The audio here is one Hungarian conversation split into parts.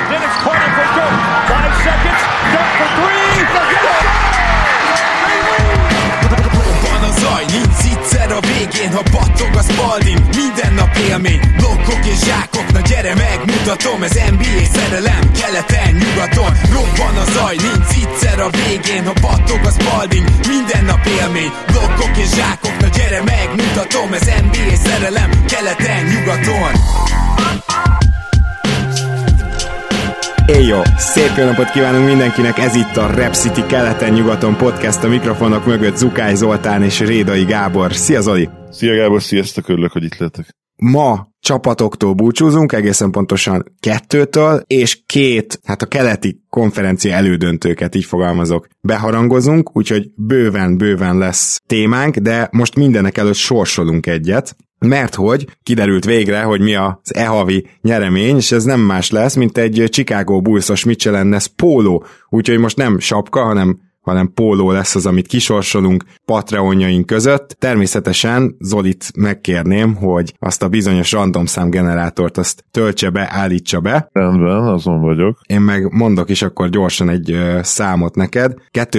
Dennis Carter for Dirk. 5 seconds. Dirk for 3. Forget it. Van a zaj, nincs egyszer a végén, ha battog a Spalding, minden nap élmény, blokkok és zsákok, na gyere megmutatom, ez NBA szerelem, keleten, nyugaton, robban a zaj, nincs egyszer a végén, ha battog a Spalding, minden nap élmény, blokkok és zsákok, na gyere megmutatom, ez NBA szerelem, keleten, nyugaton. Éjjó! Szép jó napot kívánunk mindenkinek, ez itt a Rep City keleten-nyugaton podcast, a mikrofonok mögött Zukály Zoltán és Rédai Gábor. Szia Zoli! Szia Gábor, sziasztok, örülök, hogy itt lehetek. Ma csapatoktól búcsúzunk, egészen pontosan 2-től, és 2, hát a keleti konferencia elődöntőket, így fogalmazok, beharangozunk, úgyhogy bőven lesz témánk, de most mindenek előtt sorsolunk egyet, mert hogy kiderült végre, hogy mi az e-havi nyeremény, és ez nem más lesz, mint egy Chicago Bulls-os Mitchell & Ness póló, úgyhogy most nem sapka, hanem póló lesz az, amit kisorsolunk Patreonjaink között. Természetesen Zolit megkérném, hogy azt a bizonyos randomszám generátort azt töltse be, állítsa be. Rendben, azon vagyok. Én meg mondok is akkor gyorsan egy számot neked.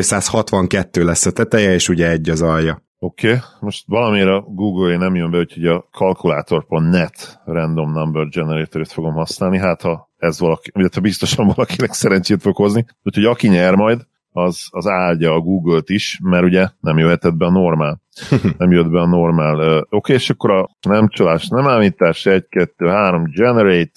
262 lesz a teteje, és ugye 1 az alja. Oké. Most valamire a Google nem jön be, úgyhogy a calculator.net random number generator-t fogom használni, hát ha ez valaki, illetve biztosan valakinek szerencsét fog hozni. Úgyhogy aki nyer majd, az áldja a Google-t is, mert ugye nem jöhetett be a normál. Nem jött be a normál. Oké, és akkor a nem csalás, nem ámítás, 1, 2, 3, generate,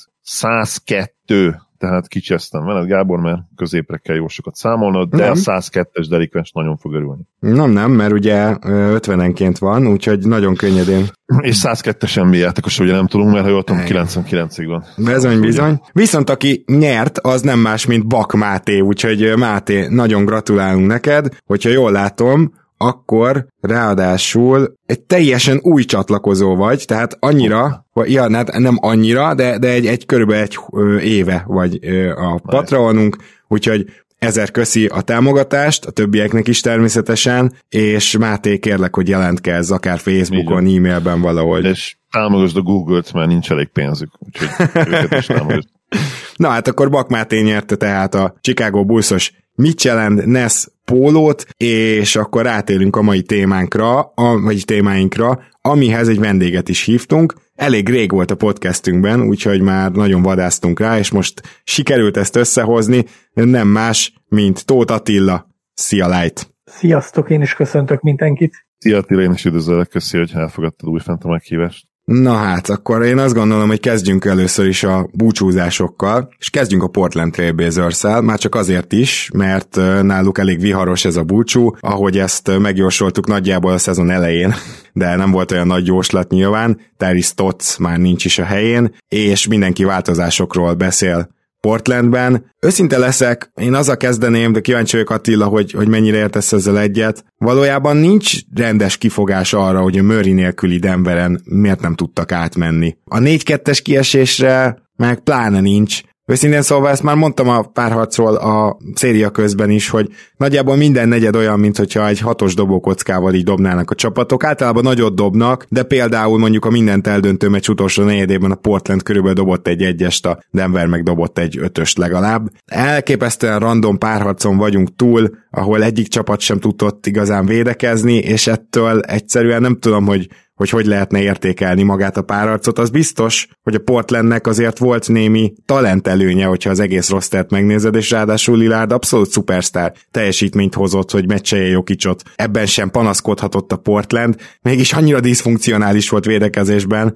102, tehát kicsesztem veled, Gábor, mert középre kell jó sokat számolnod, de nem. A 102-es delikvens nagyon fog örülni. Nem, mert ugye 50-enként van, úgyhogy nagyon könnyedén. És 102-es NBA játékos, ugye nem tudunk, mert ha jól tudom, 99-ig van. Bizony. Viszont aki nyert, az nem más, mint Bak Máté, úgyhogy Máté, nagyon gratulálunk neked, hogyha jól látom, akkor ráadásul egy teljesen új csatlakozó vagy, tehát annyira, nem annyira, de egy körülbelül egy éve vagy a Patreonunk, úgyhogy 1000 köszi a támogatást, a többieknek is természetesen, és Máté, kérlek, hogy jelentkezz akár Facebookon, e-mailben valahogy. És támogasd a Google-t, mert nincs elég pénzük, úgyhogy őket is támogasd. Na hát akkor Bak Máté nyerte tehát a Chicago Bulls-os Mitchell & Ness pólót, és akkor rátérünk a mai témáinkra, amihez egy vendéget is hívtunk. Elég rég volt a podcastünkben, úgyhogy már nagyon vadásztunk rá, és most sikerült ezt összehozni, nem más, mint Tóth Attila. Szia, Light! Sziasztok, én is köszöntök mindenkit! Szia Attila, én is üdvözöllek, köszi, hogy elfogadtad újfent a meghívást. Na hát, akkor én azt gondolom, hogy kezdjünk először is a búcsúzásokkal, és kezdjünk a Portland Trail Blazers-szel, már csak azért is, mert náluk elég viharos ez a búcsú, ahogy ezt megjósoltuk nagyjából a szezon elején, de nem volt olyan nagy jóslat nyilván, Terry Stotts már nincs is a helyén, és mindenki változásokról beszél Portlandben. Őszinte leszek, én azzal kezdeném, de kíváncsi vagyok Attila, hogy mennyire értesz ezzel egyet. Valójában nincs rendes kifogás arra, hogy a Murray nélküli Denveren miért nem tudtak átmenni. A 4-2-es kiesésre meg pláne nincs. Őszintén szóval ezt már mondtam a párharcról a széria közben is, hogy nagyjából minden negyed olyan, mint hogyha egy 6-os dobókockával így dobnának a csapatok. Általában nagyot dobnak, de például mondjuk a mindent eldöntő meccs utolsó negyedében a Portland körülbelül dobott egy 1-est, a Denver meg dobott egy 5-öst legalább. Elképesztően random párharcon vagyunk túl, ahol egyik csapat sem tudott igazán védekezni, és ettől egyszerűen nem tudom, hogy lehetne értékelni magát a párharcot. Az biztos, hogy a Portlandnek azért volt némi talentelőnye, hogyha az egész rostert megnézed, és ráadásul Lillard abszolút szupersztár teljesítményt hozott, hogy meccselje Jokicot. Ebben sem panaszkodhatott a Portland, mégis annyira diszfunkcionális volt védekezésben,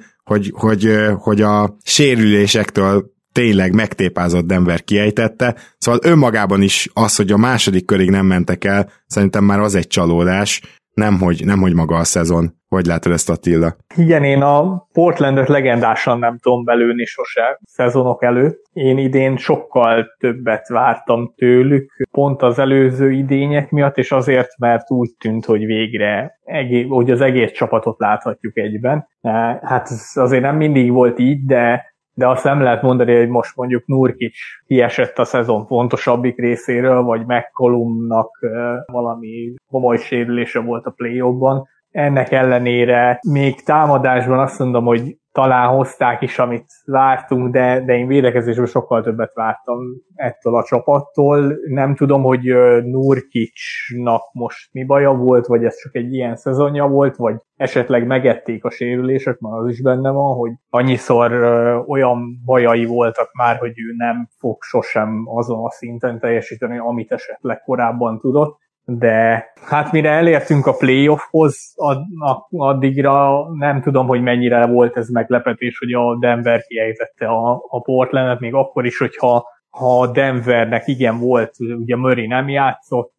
hogy a sérülésektől tényleg megtépázott Denver kiejtette, szóval önmagában is az, hogy a második körig nem mentek el, szerintem már az egy csalódás, nemhogy maga a szezon. Hogy látod ezt, Attila? Igen, én a Portlandet legendásan nem tudom belőni sose szezonok előtt. Én idén sokkal többet vártam tőlük, pont az előző idények miatt, és azért, mert úgy tűnt, hogy végre hogy az egész csapatot láthatjuk egyben. Hát ez azért nem mindig volt így, de azt nem lehet mondani, hogy most mondjuk Nurkic kiesett a szezon fontosabbik részéről, vagy McCollumnak valami komoly sérülése volt a play-offban. Ennek ellenére még támadásban azt mondom, hogy talán hozták is, amit vártunk, de én védekezésben sokkal többet vártam ettől a csapattól. Nem tudom, hogy Nurkićnak most mi baja volt, vagy ez csak egy ilyen szezonja volt, vagy esetleg megették a sérülések, mert az is benne van, hogy annyiszor olyan bajai voltak már, hogy ő nem fog sosem azon a szinten teljesíteni, amit esetleg korábban tudott. De hát mire elértünk a playoffhoz, addigra nem tudom, hogy mennyire volt ez meglepetés, hogy a Denver kiejtette a Portlandet, még akkor is, hogyha Denvernek igen volt, ugye Murray nem játszott,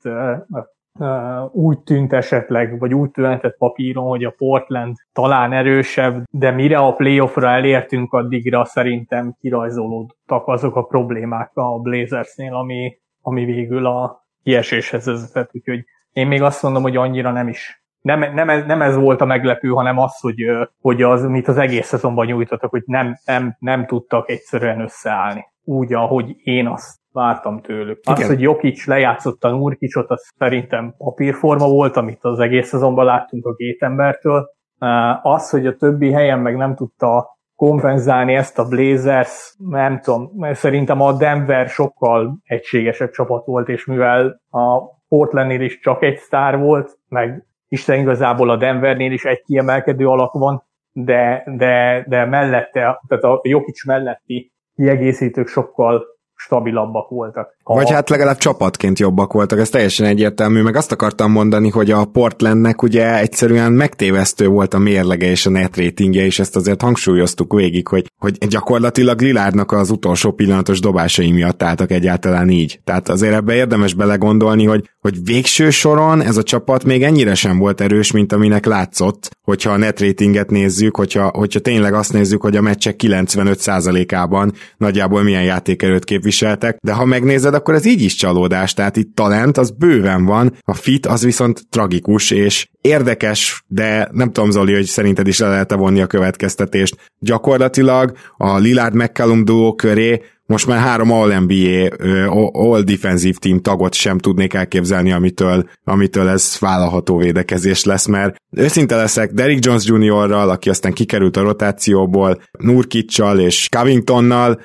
úgy tűnt esetleg, vagy úgy tűnhetett papíron, hogy a Portland talán erősebb, de mire a playoffra elértünk, addigra szerintem kirajzolódtak azok a problémák a Blazersnél, ami végül a kieséshez vezetett, úgyhogy én még azt mondom, hogy annyira nem is. Nem ez volt a meglepő, hanem az, hogy az, mit az egész szezonban nyújtottak, hogy nem tudtak egyszerűen összeállni. Úgy, ahogy én azt vártam tőlük. Igen. Az, hogy Jokic lejátszotta Nurkićot, az szerintem papírforma volt, amit az egész szezonban láttunk a két embertől. Az, hogy a többi helyen meg nem tudta kompenzálni ezt a Blazers, nem tudom, mert szerintem a Denver sokkal egységesebb csapat volt, és mivel a Portlandnél is csak egy sztár volt, meg Isten igazából a Denvernél is egy kiemelkedő alak van, de mellette, tehát a Jokic melletti kiegészítők sokkal stabilabbak voltak. Vagy hát legalább csapatként jobbak voltak, ez teljesen egyértelmű, meg azt akartam mondani, hogy a Portlandnek ugye egyszerűen megtévesztő volt a mérlege és a net ratingje, és ezt azért hangsúlyoztuk végig, hogy gyakorlatilag Lillardnak az utolsó pillanatos dobásai miatt álltak egyáltalán így. Tehát azért ebbe érdemes belegondolni, hogy végső soron ez a csapat még ennyire sem volt erős, mint aminek látszott, hogyha a net ratinget nézzük, hogyha tényleg azt nézzük, hogy a meccsek 95%-ában nagyjából milyen játékerőt képviseltek, de ha megnézed, akkor ez így is csalódás, tehát itt talent az bőven van, a fit az viszont tragikus, és érdekes, de nem tudom, Zoli, hogy szerinted is le lehet-e vonni a következtetést. Gyakorlatilag a Lillard-McCallum duó köré most már 3 All-NBA, All-Defensive Team tagot sem tudnék elképzelni, amitől ez vállalható védekezés lesz, mert őszinte leszek, Derrick Jones Jr.-ral, aki aztán kikerült a rotációból, Nurkićsal és Covingtonnal,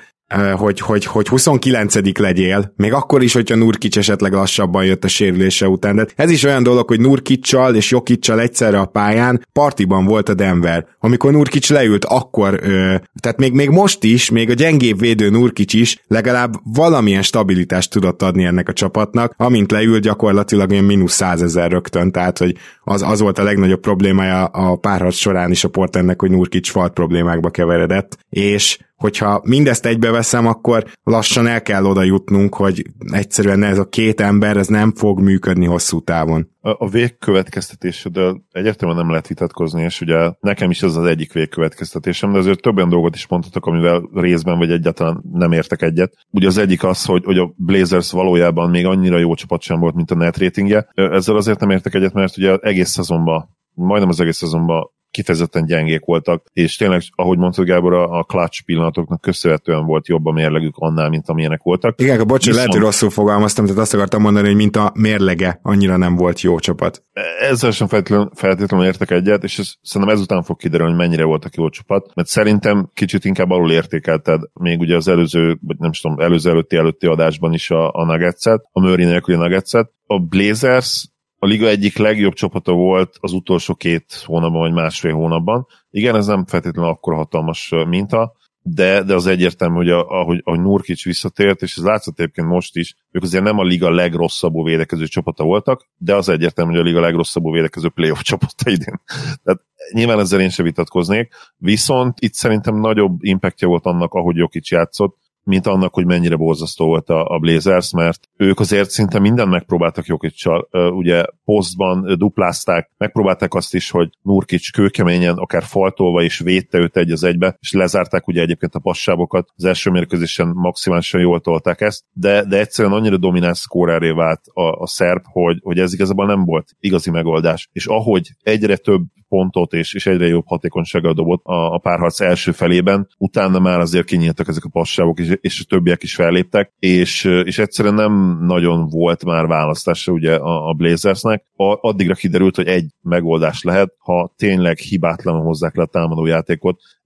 hogy 29. legyél, még akkor is, hogyha Nurkić esetleg lassabban jött a sérülése után. De ez is olyan dolog, hogy Nurkićsal és Jokićsal egyszerre a pályán partiban volt a Denver. Amikor Nurkić leült, akkor, tehát még most is, még a gyengébb védő Nurkić is legalább valamilyen stabilitást tudott adni ennek a csapatnak, amint leült gyakorlatilag olyan -100 000 rögtön, tehát hogy az volt a legnagyobb problémája a párharc során is a Portlandnek, hogy Nurkić falt problémákba keveredett, és hogyha mindezt egybeveszem, akkor lassan el kell oda jutnunk, hogy egyszerűen ez a két ember, ez nem fog működni hosszú távon. A végkövetkeztetéseddel egyértelműen nem lehet vitatkozni, és ugye nekem is ez az egyik végkövetkeztetésem, de azért több olyan dolgot is mondhatok, amivel részben vagy egyáltalán nem értek egyet. Ugye az egyik az, hogy a Blazers valójában még annyira jó csapat sem volt, mint a net ratingje. Ezzel azért nem értek egyet, mert ugye egész szezonban, majdnem az egész szezonban kifejezetten gyengék voltak, és tényleg, ahogy mondtad Gábor, a clutch pillanatoknak köszönhetően volt jobb a mérlegük annál, mint amilyenek voltak. Igen, bocs, lehet, hogy rosszul fogalmaztam, tehát azt akartam mondani, hogy mint a mérlege annyira nem volt jó csapat. Ezzel sem feltétlenül értek egyet, és szerintem ezután fog kiderülni, hogy mennyire voltak jó csapat, mert szerintem kicsit inkább alul értékelted még ugye az előző, vagy nem tudom, előtti adásban is a Nuggets-et, a Murray nélküli Nuggets-et. A Blazers a liga egyik legjobb csapata volt az utolsó 2 hónapban, vagy másfél hónapban. Igen, ez nem feltétlenül akkora hatalmas minta, de az egyértelmű, hogy ahogy Nurkić visszatért, és ez látszott egyébként most is, ők azért nem a liga legrosszabbul védekező csapata voltak, de az egyértelmű, hogy a liga legrosszabbul védekező playoff csapata idén. Tehát nyilván ezzel én sem vitatkoznék, viszont itt szerintem nagyobb impactja volt annak, ahogy Jokic játszott, mint annak, hogy mennyire borzasztó volt a Blazers, mert ők azért szinte mindent megpróbáltak Jokićsal, ugye posztban duplázták, megpróbálták azt is, hogy Nurkić kőkeményen, akár faltolva is védte őt 1-1, és lezárták ugye egyébként a passávokat, az első mérkőzésen maximálisan jól tolták ezt, de egyszerűen annyira domináns szkórerré vált a szerb, hogy ez igazából nem volt igazi megoldás, és ahogy egyre több pontot és egyre jobb hatékonysággal dobott a párharc első felében, utána már azért kinyíltak ezek a passávok, és a többiek is felléptek, és egyszerűen nem nagyon volt már választása ugye a Blazersnek. Addigra kiderült, hogy egy megoldás lehet, ha tényleg hibátlanul hozzák le a támadójátékot,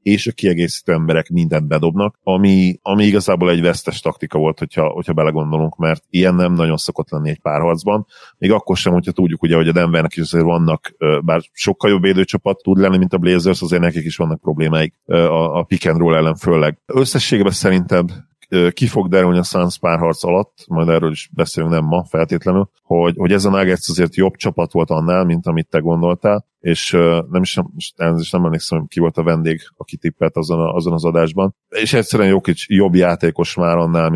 és a kiegészítő emberek mindent bedobnak, ami igazából egy vesztes taktika volt, hogyha belegondolunk, mert ilyen nem nagyon szokott lenni egy párharcban. Még akkor sem, hogyha tudjuk, ugye, hogy a Denvernek is azért vannak, bár sokkal jobb védőcsapat tud lenni, mint a Blazers, azért nekik is vannak problémáik a pick and roll ellen főleg. Összességében szerintem ki fog derülni a Suns párharc alatt, majd erről is beszélünk, nem ma feltétlenül, hogy ez a Nuggets azért jobb csapat volt annál, mint amit te gondoltál, és nem emlékszem, ki volt a vendég, aki tippelt azon az adásban, és egyszerűen Jokic jobb játékos már annál,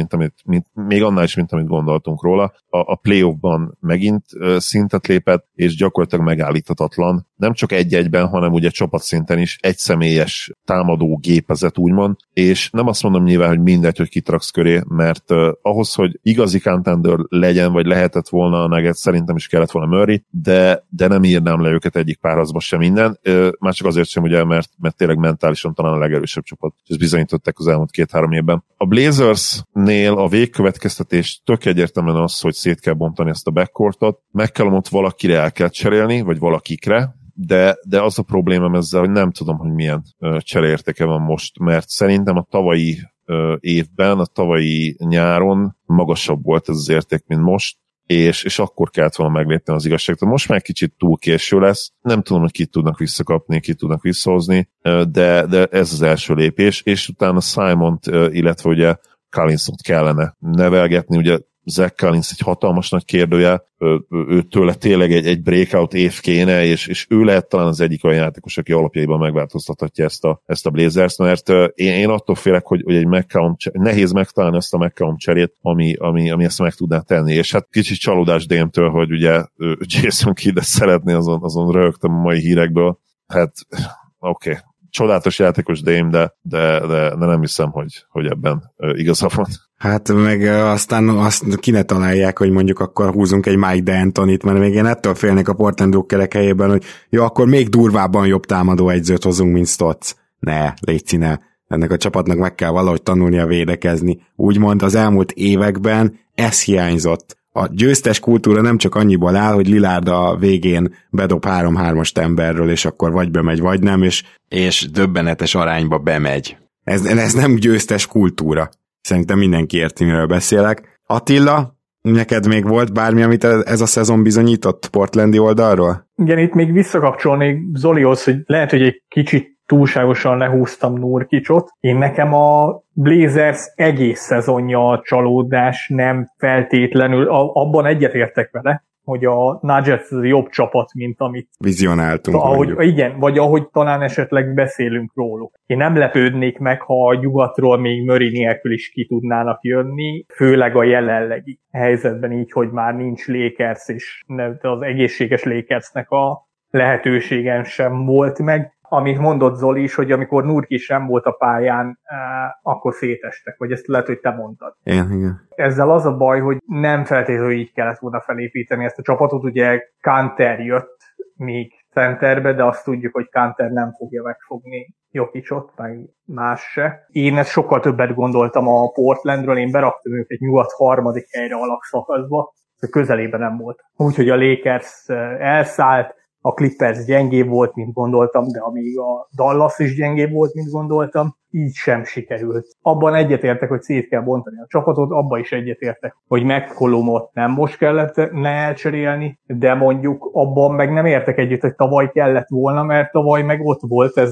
még annál is, mint amit gondoltunk róla. A playoffban megint szintet lépett, és gyakorlatilag megállíthatatlan. Nem csak egy-egyben, hanem ugye csapatszinten is egy személyes támadó gépezet, úgymond, és nem azt mondom nyilván, hogy mindegy, hogy kitraksz köré, mert ahhoz, hogy igazi contender legyen, vagy lehetett volna a Nuggets, szerintem is kellett volna Murray, de nem írnám le őket egyik párharcba sem minden, már csak azért sem, ugye, mert tényleg mentálisan talán a legerősebb csapat, és ezt bizonyították az elmúlt 2-3 évben. A Blazersnél a végkövetkeztetés tök egyértelműen az, hogy szét kell bontani ezt a backcourtot, McCollumot valakire el kell cserélni, vagy valakikre, de az a problémám ezzel, hogy nem tudom, hogy milyen csereértéke van most, mert szerintem a tavalyi évben, a tavalyi nyáron magasabb volt ez az érték, mint most, és akkor kellett volna meglépni az igazságot. Most már kicsit túl késő lesz, nem tudom, hogy kit tudnak visszakapni, kit tudnak visszahozni, de ez az első lépés, és utána Simont, illetve ugye Collinsot kellene nevelgetni, ugye Zach Collins egy hatalmas nagy kérdője, őtőle tényleg egy breakout év kéne, és ő lehet talán az egyik olyan játékos, aki alapjaiban megváltoztathatja ezt a Blazers, mert én attól félek, hogy egy McCollum, nehéz megtalálni azt a McCollum cserét, ami ezt meg tudná tenni, és hát kicsit csalódás Dame-től, hogy ugye Jason Kidd szeretné, azon röhögtem a mai hírekből, hát oké. Csodálatos játékos Dame, de nem hiszem, hogy ebben igaza van. Hát meg aztán azt ki ne találják, hogy mondjuk akkor húzunk egy Mike D'Antonit, mert még én ettől félnék a Portland drukkerek helyében, hogy jó, akkor még durvábban jobb támadó egyzőt hozunk, mint Stotts. Ne, légy ne. Ennek a csapatnak meg kell valahogy tanulnia védekezni. Úgymond az elmúlt években ez hiányzott. A győztes kultúra nem csak annyiból áll, hogy Lillard a végén bedob 3-3-as emberről, és akkor vagy bemegy, vagy nem, és döbbenetes arányba bemegy. Ez nem győztes kultúra. Szerintem mindenki érti, miről beszélek. Attila, neked még volt bármi, amit ez a szezon bizonyított portlandi oldalról? Igen, itt még visszakapcsolnék Zolihoz, hogy lehet, hogy egy kicsit túlságosan lehúztam Nurkicsot. Én nekem a Blazers egész szezonja a csalódás, nem feltétlenül, abban egyetértek vele, hogy a Nuggets az jobb csapat, mint amit vizionáltunk. Igen, vagy ahogy talán esetleg beszélünk róluk. Én nem lepődnék meg, ha a nyugatról még Murray nélkül is ki tudnának jönni, főleg a jelenlegi helyzetben így, hogy már nincs Lakers, és az egészséges Lakersnek a lehetőségen sem volt meg. Amit mondott Zoli is, hogy amikor Nurkic sem volt a pályán, akkor szétestek, vagy ezt lehet, hogy te mondtad. Igen. Ezzel az a baj, hogy nem feltétlenül így kellett volna felépíteni ezt a csapatot. Ugye Kanter jött még centerbe, de azt tudjuk, hogy Kanter nem fogja megfogni Jokicot, meg más se. Én ezt sokkal többet gondoltam a Portlandről, én beraktam őket nyugat 3. helyre alapszakaszba, közelében nem volt. Úgyhogy a Lakers elszállt, a Clippers gyengébb volt, mint gondoltam, de amíg a Dallas is gyengébb volt, mint gondoltam, így sem sikerült. Abban egyetértek, hogy szét kell bontani a csapatot, abban is egyetértek, hogy McCollumot nem most kellett elcserélni, de mondjuk abban meg nem értek együtt, hogy tavaly kellett volna, mert tavaly meg ott volt az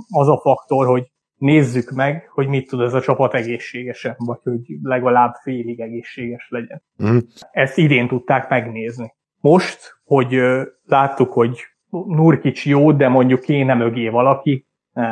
a faktor, hogy nézzük meg, hogy mit tud ez a csapat egészségesen, vagy hogy legalább félig egészséges legyen. Ezt idén tudták megnézni. Most, hogy láttuk, hogy Nurkic jó, de mondjuk kéne mögé valaki,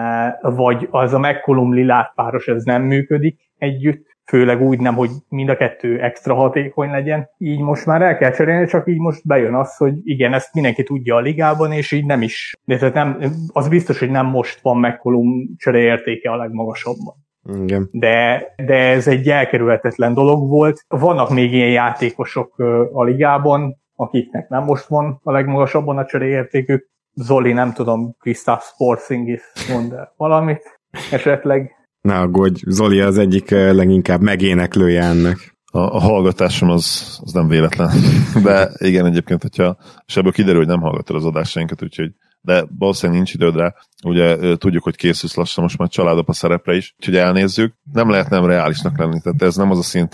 vagy az a McCollum-Lillard páros, ez nem működik együtt, főleg úgy nem, hogy mind a kettő extra hatékony legyen. Így most már el kell cserélni, csak így most bejön az, hogy igen, ezt mindenki tudja a ligában, és így nem is. De nem, az biztos, hogy nem most van McCollum csereértéke a legmagasabban. Igen. De ez egy elkerülhetetlen dolog volt. Vannak még ilyen játékosok a ligában, akiknek nem most van a legmagasabban a cseréértékük. Zoli, nem tudom, Kristaps Porzingis mond valamit esetleg. Ne aggódj, Zoli az egyik leginkább megéneklője ennek. A hallgatásom az nem véletlen. De igen, egyébként, és ebből kiderül, hogy nem hallgatod az adásainkat, úgyhogy de valószínűleg nincs időd rá. Ugye tudjuk, hogy készülsz lassan most már családapa szerepre is, úgyhogy elnézzük. Nem lehet nem reálisnak lenni, tehát ez nem az a szint,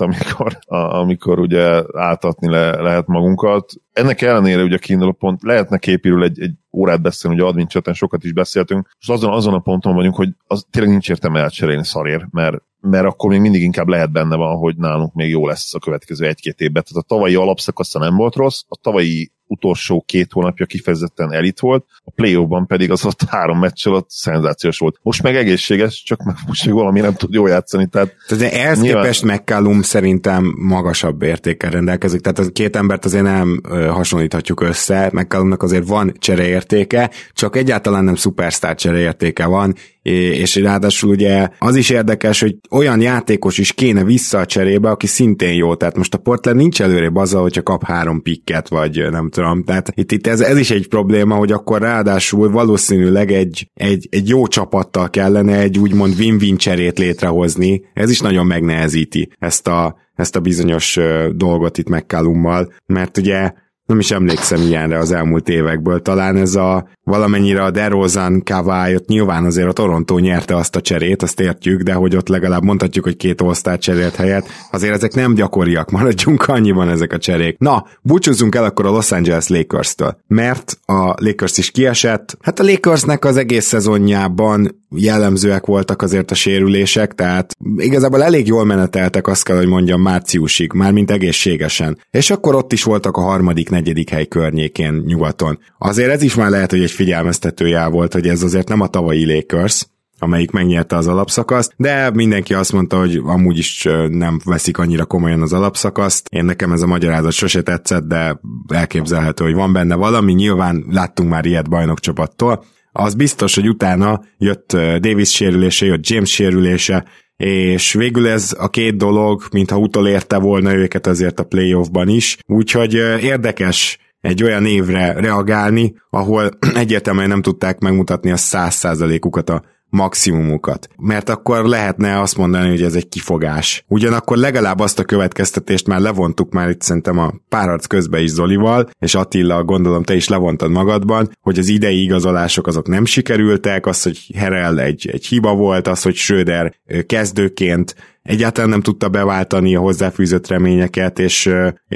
amikor ugye áltatni lehet magunkat. Ennek ellenére ugye a kiinduló pont lehetne képírül egy órát beszélni, ugye admin chaten sokat is beszéltünk, és azon a ponton vagyunk, hogy az tényleg nincs értelme elcserélni szarér, mert akkor még mindig inkább lehet benne van, hogy nálunk még jó lesz a következő 1-2 évben. Tehát a tavalyi alapszakasza nem volt rossz, a tavalyi utolsó 2 hónapja kifejezetten elit volt, a playoffban pedig az ott 3 meccs alatt szenzációs volt. Most meg egészséges, csak most még valami nem tud jól játszani. Tehát ehhez képest McCallum szerintem magasabb értékkel rendelkezik, tehát a 2 embert azért nem hasonlíthatjuk össze, McCallumnak azért van csereértéke, csak egyáltalán nem szupersztár csereértéke van, és ráadásul ugye az is érdekes, hogy olyan játékos is kéne vissza a cserébe, aki szintén jó, tehát most a Portland nincs előrébb azzal, hogyha kap 3 picket, vagy nem tudom, tehát itt ez is egy probléma, hogy akkor ráadásul valószínűleg egy jó csapattal kellene egy úgymond win-win cserét létrehozni, ez is nagyon megnehezíti ezt a bizonyos dolgot itt McCallummal, mert ugye nem is emlékszem ilyenre az elmúlt évekből. Talán ez valamennyire a DeRozan, Kawhi, ott nyilván azért a Toronto nyerte azt a cserét, azt értjük, de hogy ott legalább mondhatjuk, hogy 2 All-Star cserélt helyett, azért ezek nem gyakoriak, maradjunk annyiban ezek a cserék. Na, búcsúzzunk el akkor a Los Angeles Lakers-től, mert a Lakers is kiesett. Hát a Lakersnek az egész szezonjában jellemzőek voltak azért a sérülések, tehát igazából elég jól meneteltek, azt kell, hogy mondjam, márciusig, mármint egészségesen. És akkor ott is voltak a 3.-4. hely környékén nyugaton. Azért ez is már lehet, hogy egy figyelmeztető jel volt, hogy ez azért nem a tavalyi Lakers, amelyik megnyerte az alapszakaszt, de mindenki azt mondta, hogy amúgy is nem veszik annyira komolyan az alapszakaszt. Én nekem ez a magyarázat sose tetszett, de elképzelhető, hogy van benne valami. Nyilván láttunk már ilyet bajnokcsapattól. Az biztos, hogy utána jött Davis sérülése, jött James sérülése, és végül ez a 2 dolog, mintha utolérte volna őket azért a playoffban is, úgyhogy érdekes egy olyan évre reagálni, ahol egyértelműen nem tudták megmutatni a 100%-ukat a maximumukat. Mert akkor lehetne azt mondani, hogy ez egy kifogás. Ugyanakkor legalább azt a következtetést már levontuk már itt szerintem a párharc közben is Zolival, és Attila, gondolom te is levontad magadban, hogy az idei igazolások azok nem sikerültek, az, hogy Harrell egy hiba volt, az, hogy Schröder kezdőként egyáltalán nem tudta beváltani a hozzáfűzött reményeket, és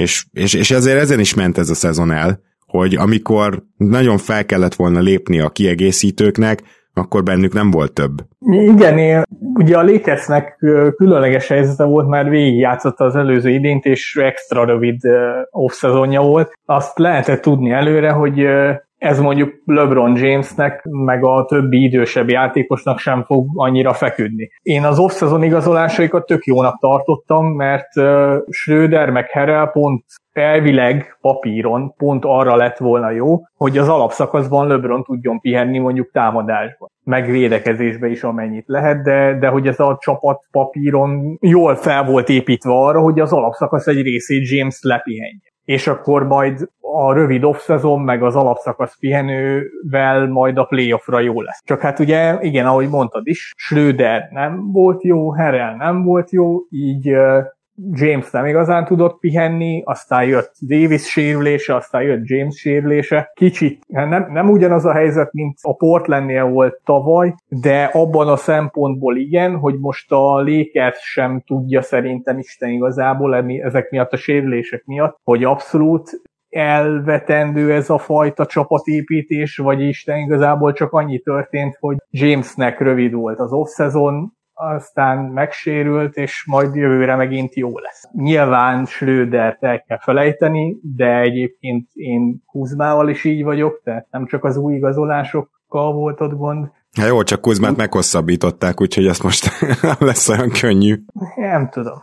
ezért ezen is ment ez a szezon el, hogy amikor nagyon fel kellett volna lépni a kiegészítőknek, akkor bennük nem volt több. Igen, ugye a Lakersnek különleges helyzete volt, már végigjátszotta az előző idényt, és extra rövid off-szezonja volt. Azt lehetett tudni előre, hogy ez mondjuk LeBron Jamesnek, meg a többi idősebb játékosnak sem fog annyira feküdni. Én az off-szezon igazolásaikat tök jónak tartottam, mert Schröder meg Harrell pont elvileg papíron pont arra lett volna jó, hogy az alapszakaszban LeBron tudjon pihenni mondjuk támadásban, meg védekezésbe is amennyit lehet, de hogy ez a csapat papíron jól fel volt építve arra, hogy az alapszakasz egy részét James lepihenje. És akkor majd a rövid off-szezon, meg az alapszakasz pihenővel majd a playoffra jó lesz. Csak hát ugye, igen, ahogy mondtad is, Schröder nem volt jó, Harrell nem volt jó, így James nem igazán tudott pihenni, aztán jött Davis sérülése, aztán jött James sérülése. Kicsit nem ugyanaz a helyzet, mint a Portlandnél volt tavaly, de abban a szempontból igen, hogy most a Lakers sem tudja szerintem Isten igazából ezek miatt a sérülések miatt, hogy abszolút elvetendő ez a fajta csapatépítés, vagy Isten igazából csak annyi történt, hogy Jamesnek rövid volt az off-szezon, aztán megsérült, és majd jövőre megint jó lesz. Nyilván Schrödert el kell felejteni, de egyébként én Kuzmával is így vagyok, tehát nem csak az új igazolásokkal volt ott gond. Hát jó, csak Kuzmát meghosszabbították, úgyhogy azt most nem lesz olyan könnyű. Nem tudom.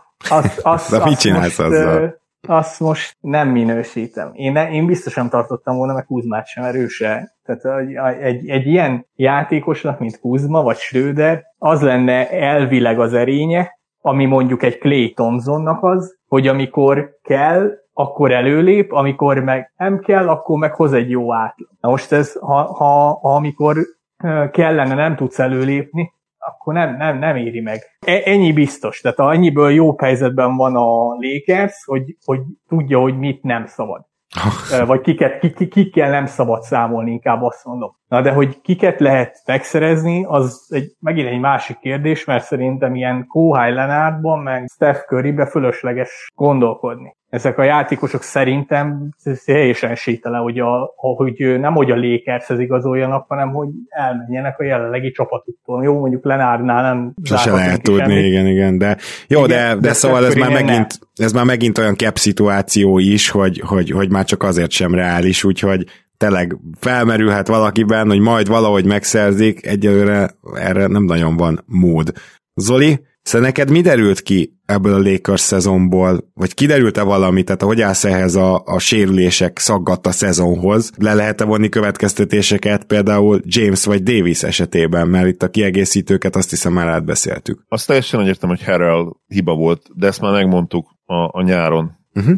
De mit csinálsz azzal? Azt most nem minősítem. Én biztosan tartottam volna meg Kuzmát sem, mert ő se. Tehát egy ilyen játékosnak, mint Kuzma vagy Schröder, az lenne elvileg az erénye, ami mondjuk egy Klay Thompsonnak az, hogy amikor kell, akkor előlép, amikor meg nem kell, akkor meg hoz egy jó átlag. Na most ez, ha amikor kellene nem tudsz előlépni, akkor nem éri meg. Ennyi biztos. Tehát annyiből jó helyzetben van a Lakers, hogy tudja, hogy mit nem szabad. Vagy kikkel nem szabad számolni, inkább azt mondom. Na de hogy kiket lehet megszerezni, az megint egy másik kérdés, mert szerintem ilyen Kawhi Leonardban, meg Steph Currybe fölösleges gondolkodni. Ezek a játékosok szerintem teljesen esélytelen, hogy nem hogy a Lakershez igazoljanak, hanem hogy elmenjenek a jelenlegi csapatuktól. Jó, mondjuk Leonardnál nem se lehet tudni, igen. De jó, igen, de szóval ez már megint olyan cap szituáció is, hogy már csak azért sem reális, úgyhogy tényleg felmerülhet valakiben, hogy majd valahogy megszerzik, egyelőre erre nem nagyon van mód. Zoli, szóval neked mi derült ki ebből a Lakers szezonból, vagy kiderült-e valami, tehát hogy állsz ehhez a sérülések szaggatta szezonhoz? Le lehet-e vonni következtetéseket például James vagy Davis esetében, mert itt a kiegészítőket azt hiszem már átbeszéltük. Azt teljesen értem, hogy Harrell hiba volt, de ezt már megmondtuk a nyáron,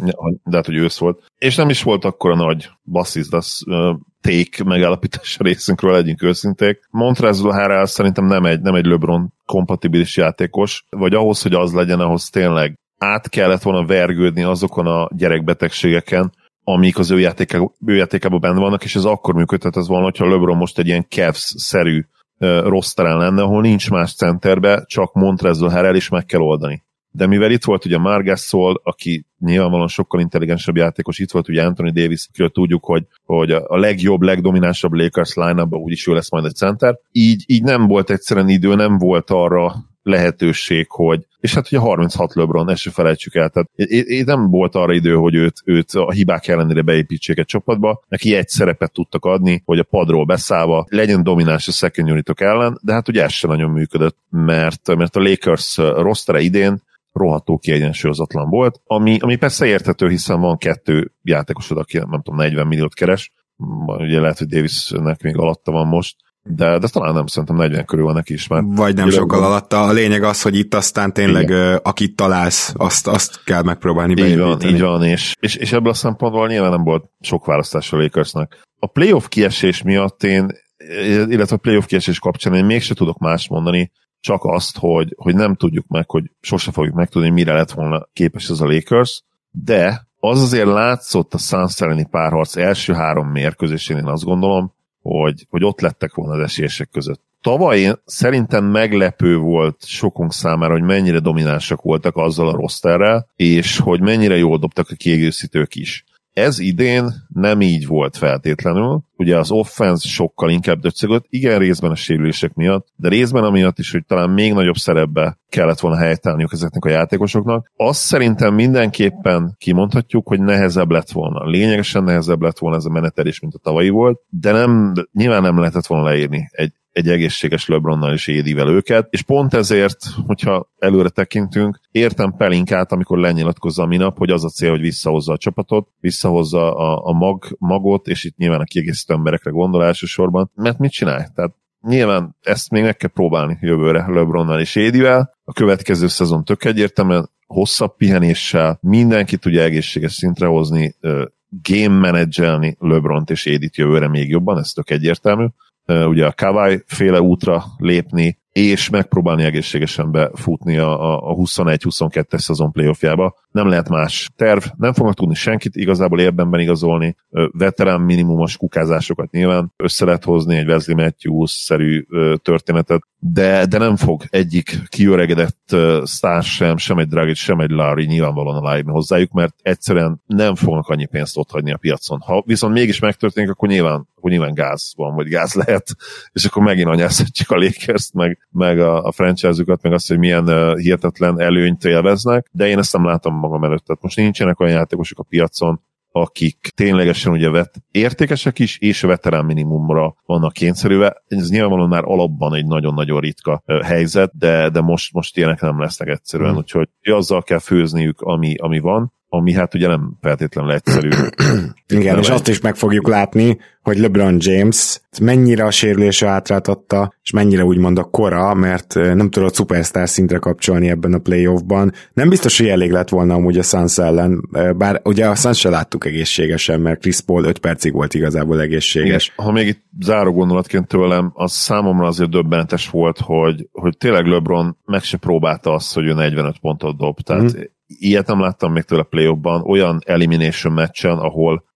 de hát, hogy ősz volt. És nem is volt akkora nagy basszizdasz take megállapítása részünkről, legyünk őszinték. Montrezl Harrell szerintem nem egy LeBron kompatibilis játékos, vagy ahhoz, hogy az legyen, ahhoz tényleg át kellett volna vergődni azokon a gyerekbetegségeken, amik az ő játékában benne vannak, és ez akkor működhetett volna, hogyha LeBron most egy ilyen Cavs-szerű rosteren lenne, ahol nincs más centerbe, csak Montrezl Harrell is meg kell oldani. De mivel itt volt ugye Marc Gasol, aki nyilvánvalóan sokkal intelligensebb játékos, itt volt ugye Anthony Davis, akiről tudjuk, hogy a legjobb, legdominánsabb Lakers line-upban úgyis ő lesz majd egy center. Így nem volt egyszerűen idő, nem volt arra lehetőség, hogy, és hát ugye 36 LeBron, ezt se felejtsük el, tehát nem volt arra idő, hogy őt a hibák ellenére beépítsék egy csapatba, neki egy szerepet tudtak adni, hogy a padról beszállva legyen domináns a second unitok ellen, de hát ugye ez sem nagyon működött, mert a Lakers rostere idén rohadtó kiegyensúlyozatlan volt, ami persze érthető, hiszen van 2 játékosod, aki nem tudom, 40 milliót keres, ugye lehet, hogy Davisnek még alatta van most, de talán nem, szerintem 40 körül van neki is már. Vagy nem sokkal alatta. A lényeg az, hogy itt aztán tényleg akit találsz, azt kell megpróbálni beépíteni. Így van, és ebből a szempontból nyilván nem volt sok választás a Lakersnek. A playoff kiesés miatt illetve a playoff kiesés kapcsán én mégse tudok más mondani, csak azt, hogy nem tudjuk meg, hogy sose fogjuk megtudni, mire lett volna képes ez a Lakers, de az azért látszott a Suns elleni párharc első 3 mérkőzésén, én azt gondolom, hogy ott lettek volna az esélyesek között. Tavaly szerintem meglepő volt sokunk számára, hogy mennyire dominánsak voltak azzal a rosterrel, és hogy mennyire jól dobtak a kiegészítők is. Ez idén nem így volt feltétlenül. Ugye az offense sokkal inkább döccögött, igen, részben a sérülések miatt, de részben amiatt is, hogy talán még nagyobb szerepbe kellett volna helytállniuk ezeknek a játékosoknak. Azt szerintem mindenképpen kimondhatjuk, hogy nehezebb lett volna. Lényegesen nehezebb lett volna ez a menetelés, mint a tavalyi volt, de nyilván nem lehetett volna leírni egy egészséges LeBronnal és AD-vel őket, és pont ezért, hogyha előre tekintünk, értem Pelinkát, amikor lenyilatkozza a minap, hogy az a cél, hogy visszahozza a csapatot, visszahozza a magot, és itt nyilván a kiegészítő emberekre gondol elsősorban, mert mit csinálj? Tehát nyilván ezt még meg kell próbálni jövőre LeBronnal és AD-vel, a következő szezon tök egyértelműen hosszabb pihenéssel, mindenki tudja egészséges szintre hozni, game managelni LeBront és AD-t jövőre még jobban, ez tök egyértelmű. Ugye a Kawhi féle útra lépni, és megpróbálni egészségesen befutni a 21-22-es szezon playoffjába. Nem lehet más terv, nem fognak tudni senkit igazából érdemben igazolni, veterán minimumos kukázásokat nyilván össze lehet hozni, egy Wesley Matthews-szerű történetet, de nem fog egyik kiöregedett sztár sem egy Dragic, sem egy Larry nyilvánvalóan aláírni hozzájuk, mert egyszerűen nem fognak annyi pénzt ott hagyni a piacon. Ha viszont mégis megtörténik, akkor nyilván gáz van, vagy gáz lehet, és akkor megint anyázhatjuk a Lakers-t, meg a franchise-ukat, meg azt, hogy milyen hihetetlen előnyt élveznek, de én ezt nem látom magam előtt. Tehát most nincsenek olyan játékosok a piacon, akik ténylegesen ugye értékesek is, és a veterán minimumra vannak kényszerülve. Ez nyilvánvalóan már alapban egy nagyon-nagyon ritka helyzet, de most ilyenek nem lesznek egyszerűen, úgyhogy azzal kell főzniük, ami van, ami hát ugye nem feltétlenül egyszerű. Igen, és azt is meg fogjuk látni, hogy LeBron James mennyire a sérülése hátráltatta, és mennyire úgymond a kora, mert nem tudott szupersztár szintre kapcsolni ebben a playoffban. Nem biztos, hogy elég lett volna amúgy a Suns ellen, bár ugye a Suns se láttuk egészségesen, mert Chris Paul 5 percig volt igazából egészséges. Igen, ha még itt záró gondolatként tőlem, az számomra azért döbbenetes volt, hogy tényleg LeBron meg se próbálta azt, hogy ő 45 pontot dob, tehát ilyet nem láttam még tőle playoffban, olyan elimination meccsen, ahol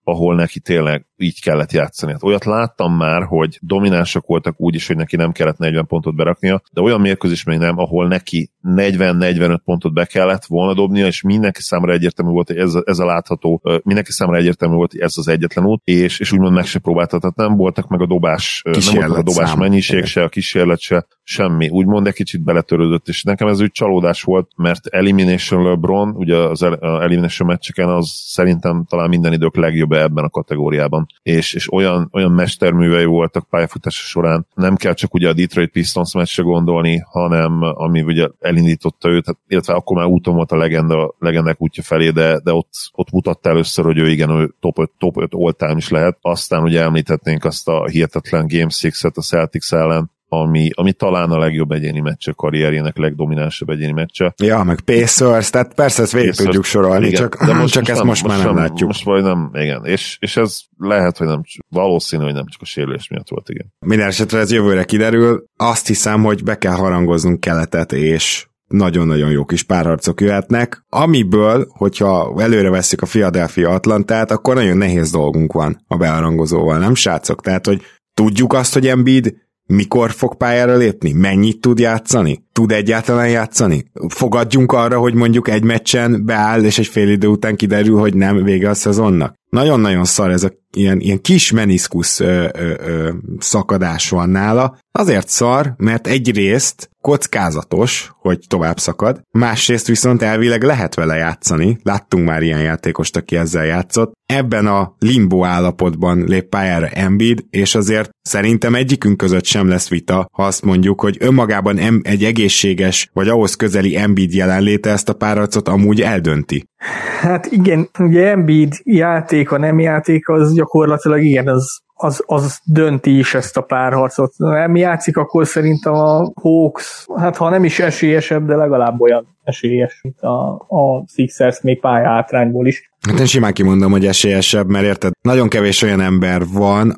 ahol neki tényleg így kellett játszani. Hát olyat láttam már, hogy dominánsak voltak úgy is, hogy neki nem kellett 40 pontot beraknia, de olyan mérkőzés még nem, ahol neki 40-45 pontot be kellett volna dobnia, és mindenki számára egyértelmű volt, hogy ez a látható, mindenki számára egyértelmű volt, hogy ez az egyetlen út, és úgymond meg se próbálta, tehát nem voltak meg a dobás, nem voltak a dobás mennyiség se, a kísérlet se, semmi. Úgymond egy kicsit beletörődött, és nekem ez úgy csalódás volt, mert Elimination LeBron, ugye az Elimination meccseken az szerintem talán minden idők legjobb ebben a kategóriában. És olyan mesterművei voltak pályafutása során. Nem kell csak ugye a Detroit Pistons meccsre gondolni, hanem ami ugye elindította őt, illetve akkor már úton volt a legendák útja felé, de ott mutatta először, hogy ő igen, ő top 5 all-time is lehet. Aztán ugye említhetnénk azt a hihetetlen Game 6-et a Celtics ellen, ami talán a legjobb egyéni meccse karrierjének, legdominánsabb egyéni meccse. Ja, meg Pacers, tehát persze ezt végig tudjuk sorolni, igen, csak ezt most már nem látjuk. Most vagy nem, igen, és ez lehet, hogy nem, valószínű, hogy nem csak a sérülés miatt volt, igen. Minden esetre ez jövőre kiderül. Azt hiszem, hogy be kell harangoznunk keletet, és nagyon-nagyon jó kis párharcok jöhetnek, amiből, hogyha előre vesszük a Philadelphia Atlantát, akkor nagyon nehéz dolgunk van a beharangozóval, nem srácok? Tehát, hogy tudjuk azt, hogy Embiid mikor fog pályára lépni? Mennyit tud játszani? Tud egyáltalán játszani? Fogadjunk arra, hogy mondjuk egy meccsen beáll, és egy fél idő után kiderül, hogy nem, vége a szezonnak. Nagyon-nagyon szar ez a ilyen kis meniszkusz szakadás van nála. Azért szar, mert egyrészt kockázatos, hogy tovább szakad, másrészt viszont elvileg lehet vele játszani. Láttunk már ilyen játékost, aki ezzel játszott. Ebben a limbo állapotban lép pályára Embiid, és azért szerintem egyikünk között sem lesz vita, ha azt mondjuk, hogy önmagában egy egészséges, vagy ahhoz közeli Embiid jelenléte ezt a párharcot amúgy eldönti. Hát igen, ugye Embiid játéka, nem játéka, az gyakorlatilag igen, az dönti is ezt a párharcot. Nem játszik, akkor szerintem a Hawks, hát ha nem is esélyesebb, de legalább olyan esélyes, mint a Sixers még pályahátrányból is. Hát én simán kimondom, hogy esélyesebb, mert érted, nagyon kevés olyan ember van,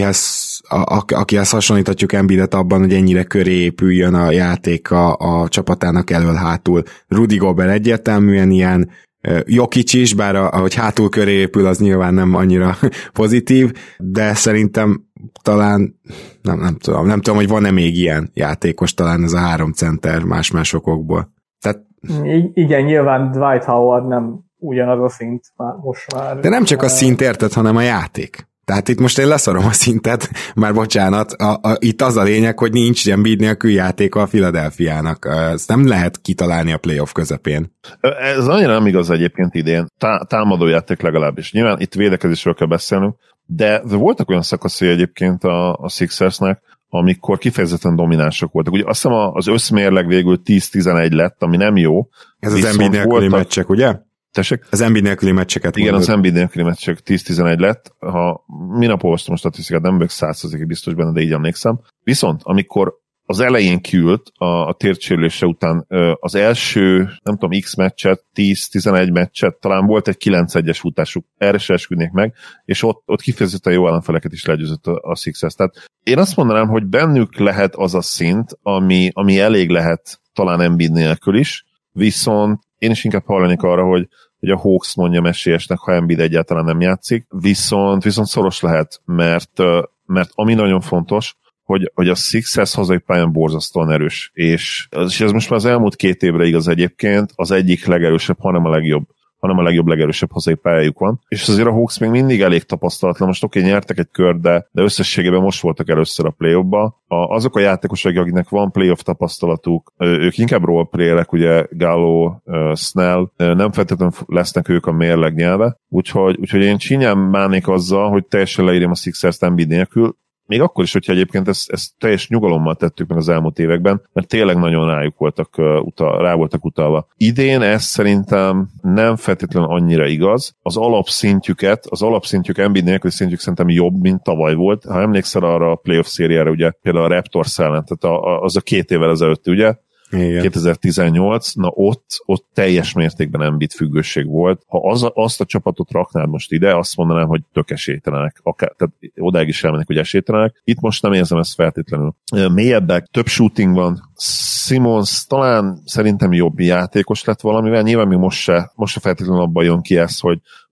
akihez hasonlíthatjuk Embiidet abban, hogy ennyire köré épüljön a játék a csapatának elől-hátul. Rudy Gobert egyértelműen ilyen, Jokic is, bár ahogy hátul köré épül, az nyilván nem annyira pozitív, de szerintem talán, nem tudom, hogy van-e még ilyen játékos, talán ez a 3 center más okokból. Tehát... Igen, nyilván Dwight Howard nem ugyanaz a szint most már. De nem csak a szint, érted, hanem a játék. Tehát itt most én leszarom a szintet, már bocsánat, itt az a lényeg, hogy nincs Embiid nélkül játéka a Philadelphiának. Ezt nem lehet kitalálni a playoff közepén. Ez annyira nem igaz egyébként idén. Támadójáték legalábbis. Nyilván itt védekezésről kell beszélnünk, de voltak olyan szakaszai egyébként a Sixersnek, amikor kifejezetten dominánsok voltak. Ugye azt hiszem az összmérleg végül 10-11 lett, ami nem jó. Ez az Embiid nélküli meccsek, ugye? Tessék? Az Embiid nélküli meccseket igen, mondod. Az Embiid nélküli meccsek 10-11 lett. Ha minap olvastam a statisztikát, nem vagyok 100% biztos benne, de így emlékszem. Viszont, amikor az elején kiült a térsérülése után az első, nem tudom, X meccset, 10-11 meccset, talán volt egy 9-1-es futásuk, erre se esküdnék meg, és ott kifejezetten jó ellenfeleket is legyőzött a Sixers. Tehát én azt mondanám, hogy bennük lehet az a szint, ami elég lehet talán Embiid nélkül is, viszont én is inkább hallanék arra, hogy a Hawks mondja esélyesnek, ha Embiid egyáltalán nem játszik, viszont szoros lehet, mert ami nagyon fontos, hogy a Sixers hazai pályán borzasztóan erős, és ez most már az elmúlt 2 évre igaz egyébként, az egyik legerősebb, hanem a legjobb, legerősebb hazai pályájuk van. És azért a Hawks még mindig elég tapasztalatlan. Most oké, nyertek egy kört, de összességében most voltak először a play-offba. Azok a játékosok, akiknek van play-off tapasztalatuk, ők inkább roleplayerek, ugye Gallo, Snell, nem feltétlenül lesznek ők a mérleg nyelve. Úgyhogy én csinyán bánnék azzal, hogy teljesen leírjam a Sixers Embiid nélkül, még akkor is, hogyha egyébként ezt teljes nyugalommal tettük meg az elmúlt években, mert tényleg nagyon rá voltak utalva. Idén ez szerintem nem feltétlenül annyira igaz. Az alapszintjük Embiid nélkül szintjük szerintem jobb, mint tavaly volt. Ha emlékszel arra a playoff szériára, ugye például a Raptors ellen, tehát az a 2 évvel ezelőtt, ugye? Igen. 2018, na ott teljes mértékben Embiid függőség volt. Ha azt a csapatot raknád most ide, azt mondanám, hogy tök esélytelenek. Tehát odáig is elmennek, hogy esélytelenek. Itt most nem érzem ezt feltétlenül. Mélyebbek, több shooting van. Simmons talán szerintem jobb játékos lett valamivel. Nyilván még most se feltétlenül abban jön ki ez, hogy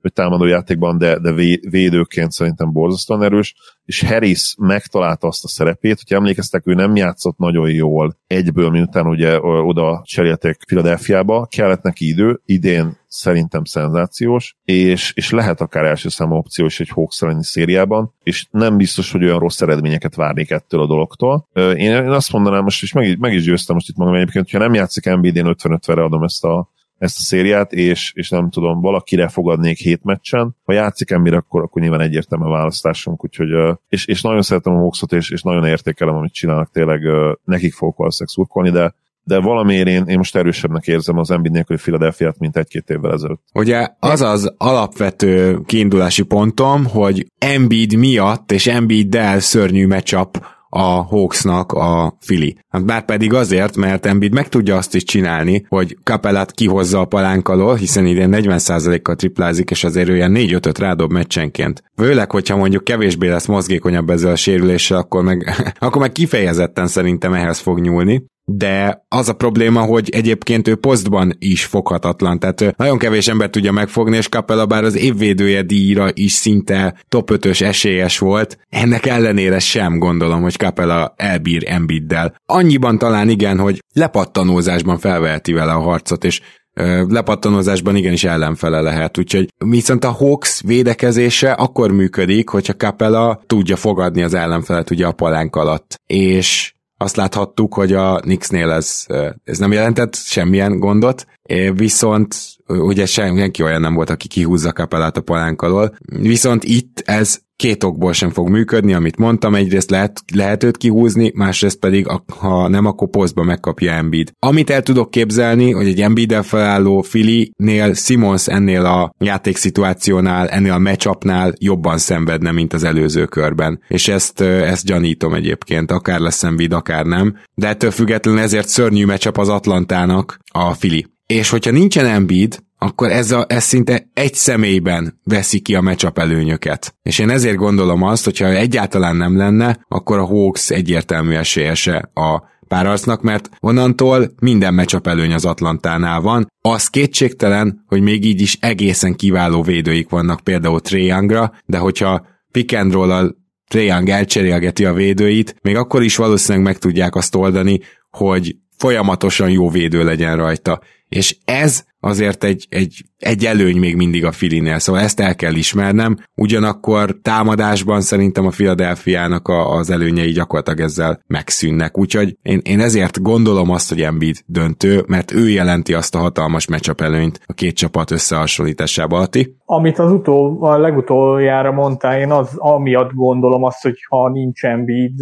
támadó játékban, de védőként szerintem borzasztóan erős, és Harris megtalálta azt a szerepét, hogy emlékeztek, ő nem játszott nagyon jól egyből, miután ugye oda cserélték Philadelphiába, kellett neki idő, idén szerintem szenzációs, és lehet akár első számú opció is egy Hawks elleni szériában, és nem biztos, hogy olyan rossz eredményeket várnék ettől a dologtól. Én azt mondanám most, és meg is győztem most itt magam egyébként, hogyha nem játszik Embiid, én 50-50-re adom ezt a szériát, és nem tudom, valakire fogadnék 7 meccsen. Ha játszik Embiid, akkor nyilván egyértelmű a választásunk, úgyhogy, és nagyon szeretem a Hawksot, és nagyon értékelem, amit csinálnak, tényleg nekik fogok valószínűleg szurkolni, de valamiért én most erősebbnek érzem az Embiid nélküli Philadelphiát, mint 1-2 évvel ezelőtt. Ugye az alapvető kiindulási pontom, hogy Embiid miatt és Embiiddel szörnyű matchup a Hawksnak a Philly. Bár pedig azért, mert Embiid meg tudja azt is csinálni, hogy Capellát kihozza a palánk alól, hiszen idén 40%-kal triplázik, és azért olyan 4-5-öt rádob meccsenként. Főleg, hogyha mondjuk kevésbé lesz mozgékonyabb ezzel a sérüléssel, akkor meg kifejezetten szerintem ehhez fog nyúlni. De az a probléma, hogy egyébként ő posztban is foghatatlan, tehát nagyon kevés ember tudja megfogni, és Capella bár az évvédője díjra is szinte top 5-ös esélyes volt, ennek ellenére sem gondolom, hogy Capella elbír Embiiddel. Annyiban talán igen, hogy lepattanózásban felveheti vele a harcot, és lepattanózásban igenis ellenfele lehet, úgyhogy viszont a Hawks védekezése akkor működik, hogyha Capella tudja fogadni az ellenfelet ugye a palánk alatt, és azt láthattuk, hogy a Knicksnél ez nem jelentett semmilyen gondot, viszont ugye senki olyan nem volt, aki kihúzza Capellát a palánk alól, viszont itt ez 2 okból sem fog működni, amit mondtam, egyrészt lehet őt kihúzni, másrészt pedig, ha nem, akkor posztba megkapja Embiid. Amit el tudok képzelni, hogy egy Embiiddel felálló Philly-nél Simmons ennél a játékszituációnál, ennél a matchupnál jobban szenvedne, mint az előző körben. És ezt gyanítom egyébként, akár lesz Embiid, akár nem. De ettől függetlenül ezért szörnyű matchup az Atlantának a Philly. És hogyha nincsen Embiid, akkor ez szinte egy személyben veszi ki a matchup előnyöket. És én ezért gondolom azt, hogyha egyáltalán nem lenne, akkor a Hawks egyértelmű esélyese a párharcnak, mert onnantól minden matchup előny az Atlantánál van. Az kétségtelen, hogy még így is egészen kiváló védőik vannak például Trae Youngra, de hogyha pick and roll-al Trae Young elcserélgeti a védőit, még akkor is valószínűleg meg tudják azt oldani, hogy folyamatosan jó védő legyen rajta. És ez azért egy előny még mindig a Phillynél, szóval ezt el kell ismernem, ugyanakkor támadásban szerintem a Philadelphiának az előnyei gyakorlatilag ezzel megszűnnek, úgyhogy én ezért gondolom azt, hogy Embiid döntő, mert ő jelenti azt a hatalmas matchup előnyt a 2 csapat összehasonlításában. Ati? Amit a legutoljára mondtál, én amiatt gondolom azt, hogy ha nincs Embiid,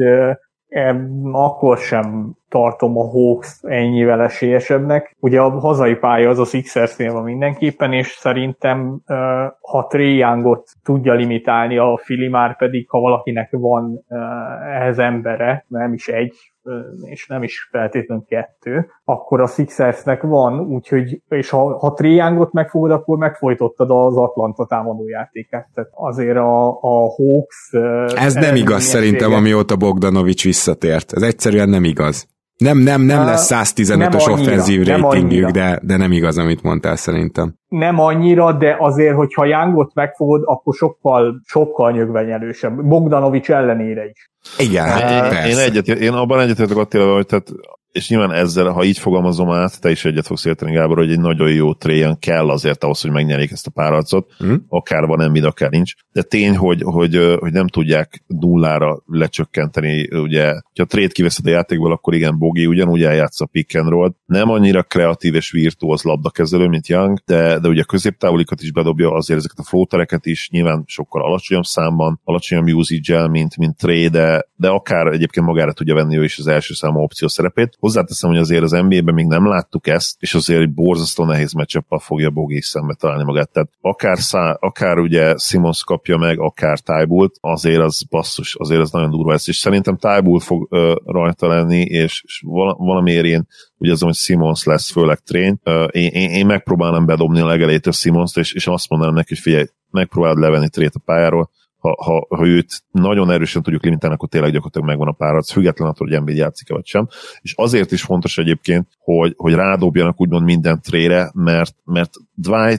akkor sem tartom a Hawks ennyivel esélyesebbnek. Ugye a hazai pálya az a Sixersnél van mindenképpen, és szerintem ha Trae Youngot tudja limitálni a Philly, már pedig ha valakinek van ehhez embere, nem is egy, és nem is feltétlenül 2, akkor a Sixersnek van, úgyhogy, és ha Trae Youngot megfogod, akkor megfojtottad az Atlanta támadójátékát. Tehát azért a Hawks... Ez nem igaz szerintem, amióta Bogdanovics visszatért. Ez egyszerűen nem igaz. Nem lesz 115-ös offenzív ratingjük, de nem igaz, amit mondtál szerintem. Nem annyira, de azért, hogyha Youngot megfogod, akkor sokkal nyögvenyelősebb. Bogdanovics ellenére is. Igen, én abban egyetértek Attilával, hogy tehát, és nyilván ezzel, ha így fogalmazom át, te is egyet fogsz érteni, Gábor, hogy egy nagyon jó Trae Young kell azért ahhoz, hogy megnyerjék ezt a párharcot, akár van Embiid, akár nincs. De tény, hogy nem tudják nullára lecsökkenteni, ugye, ha Trae-t kiveszed a játékból, akkor igen, Bogi ugyanúgy eljátsz a pick and roll. Nem annyira kreatív és virtuóz labdakezelő, mint Young, de ugye középtávolikat is bedobja, azért ezeket a floatereket is nyilván sokkal alacsonyabb számban, alacsonyabb usage-el, mint Trae, de akár egyébként magára tudja venni ő is az első számú opció szerepét. Hozzáteszem, hogy azért az NBA-ben még nem láttuk ezt, és azért egy borzasztó nehéz matchup-mal fogja Bogi is szembe találni magát. Tehát akár ugye Simmons kapja meg, akár Tybalt, azért az basszus, azért az nagyon durva lesz. És szerintem Tybalt fog rajta lenni, és valamiért én ugye azon, hogy Simmons lesz, főleg Trae. Én megpróbálom bedobni a legelejétől Simmons-t, és azt mondanám neki, hogy figyelj, megpróbálod levenni Trae-t a pályáról, ha őt nagyon erősen tudjuk limitálni, akkor tényleg gyakorlatilag megvan a párharc, független attól, hogy Embiid játszik-e vagy sem. És azért is fontos egyébként, hogy rádobjanak úgymond minden Trae-re, mert Dwight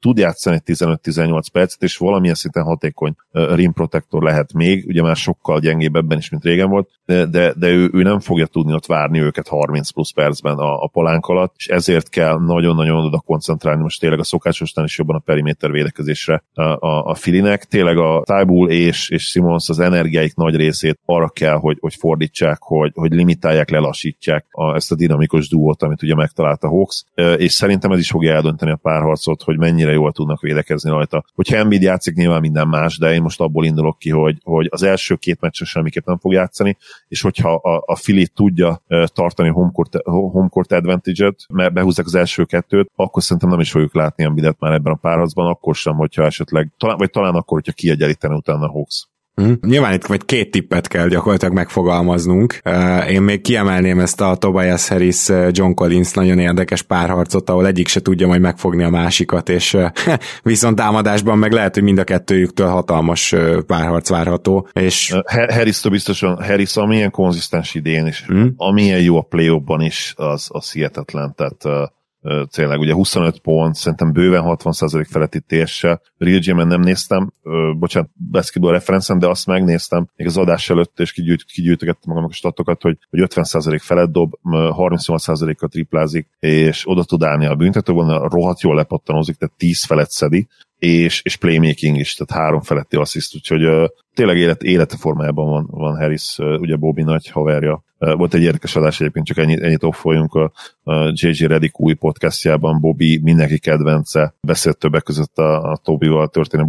tud játszani 15-18 percet, és valamilyen szinten hatékony rim protector lehet még, ugye már sokkal gyengébb ebben is, mint régen volt, de ő nem fogja tudni ott várni őket 30 plusz percben a palánk alatt, és ezért kell nagyon-nagyon oda koncentrálni most tényleg a szokásosnál is jobban a periméter védekezésre a Phillynek. Tényleg a Thybulle és Simmons az energiáik nagy részét arra kell, hogy fordítsák, hogy limitálják, lelassítsák ezt a dinamikus duót, amit ugye megtalált a Hawks, és szerintem ez is fogja eldönteni a párharcot, hogy mennyire jól tudnak védekezni rajta. Hogyha Embiid játszik, nyilván minden más, de én most abból indulok ki, hogy az első 2 meccsen semmiképp nem fog játszani, és hogyha a Philly tudja tartani a home court advantage-et, mert behúzzák az első 2-t, akkor szerintem nem is fogjuk látni Embiidet már ebben a párharcban, akkor sem, hogyha esetleg, talán akkor, hogyha kiegyenlítene utána a Hawks. Nyilván itt vagy 2 tippet kell gyakorlatilag megfogalmaznunk. Én még kiemelném ezt a Tobias Harris John Collins nagyon érdekes párharcot, ahol egyik se tudja majd megfogni a másikat, és viszont támadásban meg lehet, hogy mind a kettőjüktől hatalmas párharc várható. És Harris-től biztosan, Harris amilyen konzisztens idén is, amilyen jó a play-offban is, az hihetetlen, tehát tényleg ugye 25 pont, szerintem bőven 60% feletti TS-sel. Real Gym-en nem néztem, bocsánat, basketball referencen, de azt megnéztem még az adás előtt, és kigyűjtögettem magamnak a statokat, hogy 50% felett dob, 38%-kal triplázik, és oda tud állni a büntetőben, rohadt jól lepattanozik, tehát 10 felett szedi, és playmaking is, tehát 3 feletti assziszt, úgyhogy tényleg élete formájában van Harris, ugye Bobby nagy haverja. Volt egy érdekes adás egyébként, csak ennyit offoljunk a JJ Redick új podcastjában, Bobby mindenki kedvence, beszélt többek között a Tobival történő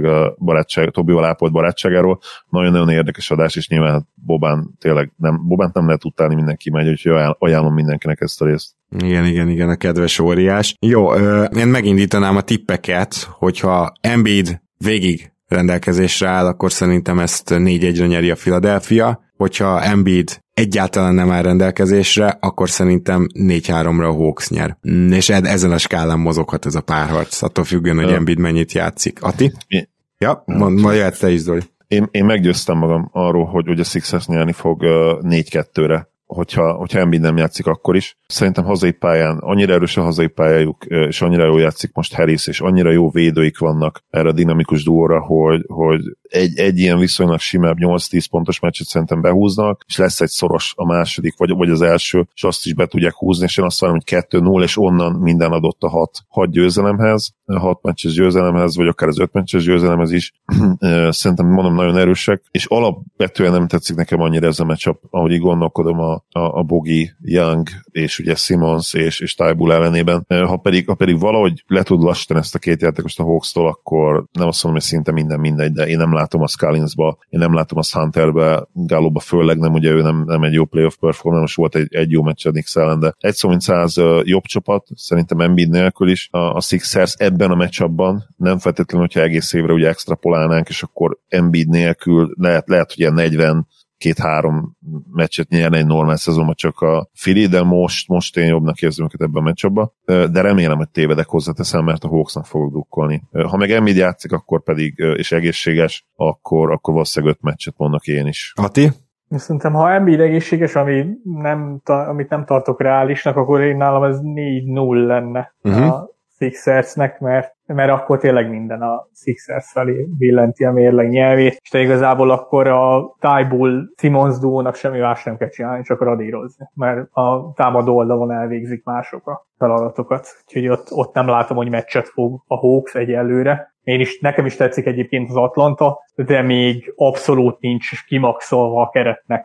Tobival ápolt barátságáról, nagyon-nagyon érdekes adás, és nyilván Bobánt nem lehet utálni, mindenki megy, úgyhogy ajánlom mindenkinek ezt a részt. Igen, a kedves óriás. Jó, én megindítanám a tippeket, hogyha Embiid végig rendelkezésre áll, akkor szerintem ezt 4-1-re nyeri a Philadelphia, hogyha Embiid egyáltalán nem áll rendelkezésre, akkor szerintem 4-3-ra a Hawks nyer. És ezen a skálán mozoghat ez a párharc, attól függően, hogy Embiid mennyit játszik. Ati? Ja, majd jöhetsz te is, Zoli. Én meggyőztem magam arról, hogy a Sixers nyerni fog 4-2-re, hogyha Embiid nem játszik akkor is. Szerintem hazai pályán, annyira erős a hazai pályájuk, és annyira jól játszik most Harris, és annyira jó védőik vannak erre a dinamikus duóra, hogy egy ilyen viszonylag simább 8-10 pontos meccset szerintem behúznak, és lesz egy szoros a második, vagy az első, és azt is be tudják húzni, és én azt mondom, hogy 2-0, és onnan minden adott a 6 győzelemhez, 6 meccses győzelemhez, vagy akár az 5 meccses győzelemhez is. Szerintem mondom, nagyon erősek, és alapvetően nem tetszik nekem annyira ez a matchup, ahogy így gondolkodom a Bogi, Young, és ugye Simmons és Thybulle ellenében. Ha pedig valahogy le tud lassítani ezt a 2 játékost a Hawks-tól, akkor nem azt mondom, hogy szinte minden mindegy, de én nem látom azt Collinsba, én nem látom azt Hunterbe, Galloba főleg nem, ugye ő nem egy jó playoff performance, volt egy jó meccs a Knicks ellen, de 100 jobb csapat, szerintem Embiid nélkül is. A Sixers ebben a matchupban nem feltétlenül, hogyha egész évre ugye extrapolálnánk, és akkor Embiid nélkül lehet hogy ilyen 2-3 meccset nyerne egy normál szezonban csak a Philly, de most én jobbnak érzem őket ebben a meccsabban, de remélem, hogy tévedek, hozzáteszem, mert a Hawksnak fogok drukkolni. Ha meg Embiid játszik, akkor pedig, és egészséges, akkor valószínűleg 5 meccset mondok én is. Ati? Szerintem, ha Embiid egészséges, amit nem tartok reálisnak, akkor én nálam ez 4-0 lenne a Sixersnek, mert akkor tényleg minden a Sixers felé billenti a mérleg nyelvét, és te igazából akkor a Thybulle Simmons duónak semmi más nem kell csinálni, csak radírozni, mert a támadó oldalon elvégzik mások a feladatokat, úgyhogy ott nem látom, hogy meccset fog a Hawks egyelőre. Nekem is tetszik egyébként az Atlanta, de még abszolút nincs kimaxolva a keretnek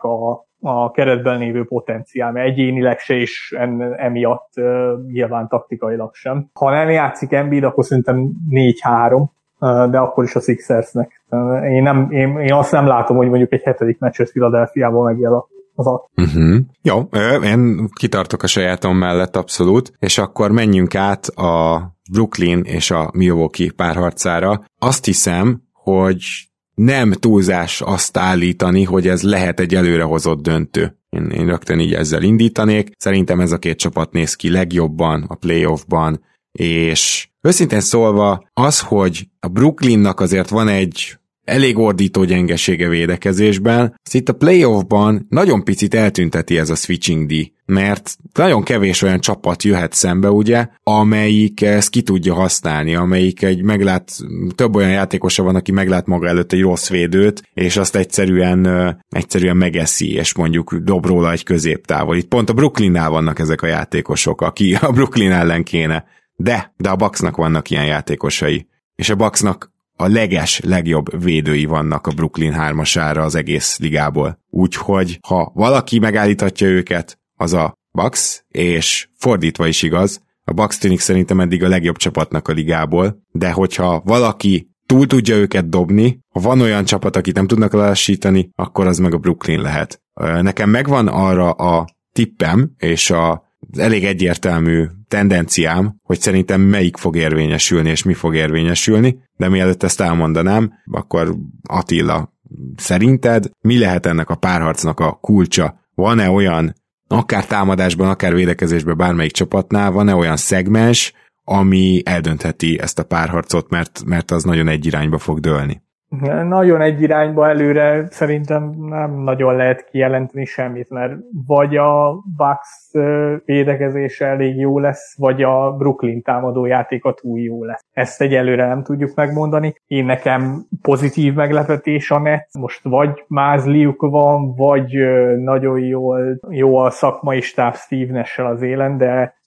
a keretben lévő potenciál, mert egyénileg se is emiatt nyilván taktikailag sem. Ha nem játszik Embiid, akkor szerintem 4-3, de akkor is a Sixersnek. Én azt nem látom, hogy mondjuk egy 7. meccset Philadelphiában megjel az Jó, én kitartok a sajátom mellett abszolút, és akkor menjünk át a Brooklyn és a Milwaukee párharcára. Azt hiszem, hogy nem túlzás azt állítani, hogy ez lehet egy előrehozott döntő. Én rögtön így ezzel indítanék. Szerintem ez a 2 csapat néz ki legjobban a playoffban, és őszintén szólva az, hogy a Brooklynnak azért van egy elég ordító gyengesége védekezésben. Itt a playoffban nagyon picit eltünteti ez a switching D, mert nagyon kevés olyan csapat jöhet szembe, ugye, amelyik ezt ki tudja használni, amelyik több olyan játékosa van, aki meglát maga előtt egy rossz védőt, és azt egyszerűen megeszi, és mondjuk dob róla egy középtávol. Itt pont a Brooklynnál vannak ezek a játékosok, aki a Brooklyn ellen kéne. De a Bucksnak vannak ilyen játékosai, és a Bucksnak a legjobb védői vannak a Brooklyn 3-asára az egész ligából. Úgyhogy, ha valaki megállíthatja őket, az a Bucks, és fordítva is igaz, a Bucks tűnik szerintem eddig a legjobb csapatnak a ligából, de hogyha valaki túl tudja őket dobni, ha van olyan csapat, akit nem tudnak lelassítani, akkor az meg a Brooklyn lehet. Nekem megvan arra a tippem, és az elég egyértelmű tendenciám, hogy szerintem melyik fog érvényesülni, és mi fog érvényesülni, de mielőtt ezt elmondanám, akkor Attila, szerinted mi lehet ennek a párharcnak a kulcsa? Van-e olyan, akár támadásban, akár védekezésben bármelyik csapatnál, van-e olyan szegmens, ami eldöntheti ezt a párharcot, mert az nagyon egy irányba fog dőlni? Nagyon egy irányba előre szerintem nem nagyon lehet kijelenteni semmit, mert vagy a Bucks védekezése elég jó lesz, vagy a Brooklyn támadójátéka túl jó lesz. Ezt egyelőre nem tudjuk megmondani. Én nekem pozitív meglepetés a Nets. Most vagy mázliuk van, vagy nagyon jó a szakmai stáb Steve Nash-sel az élen,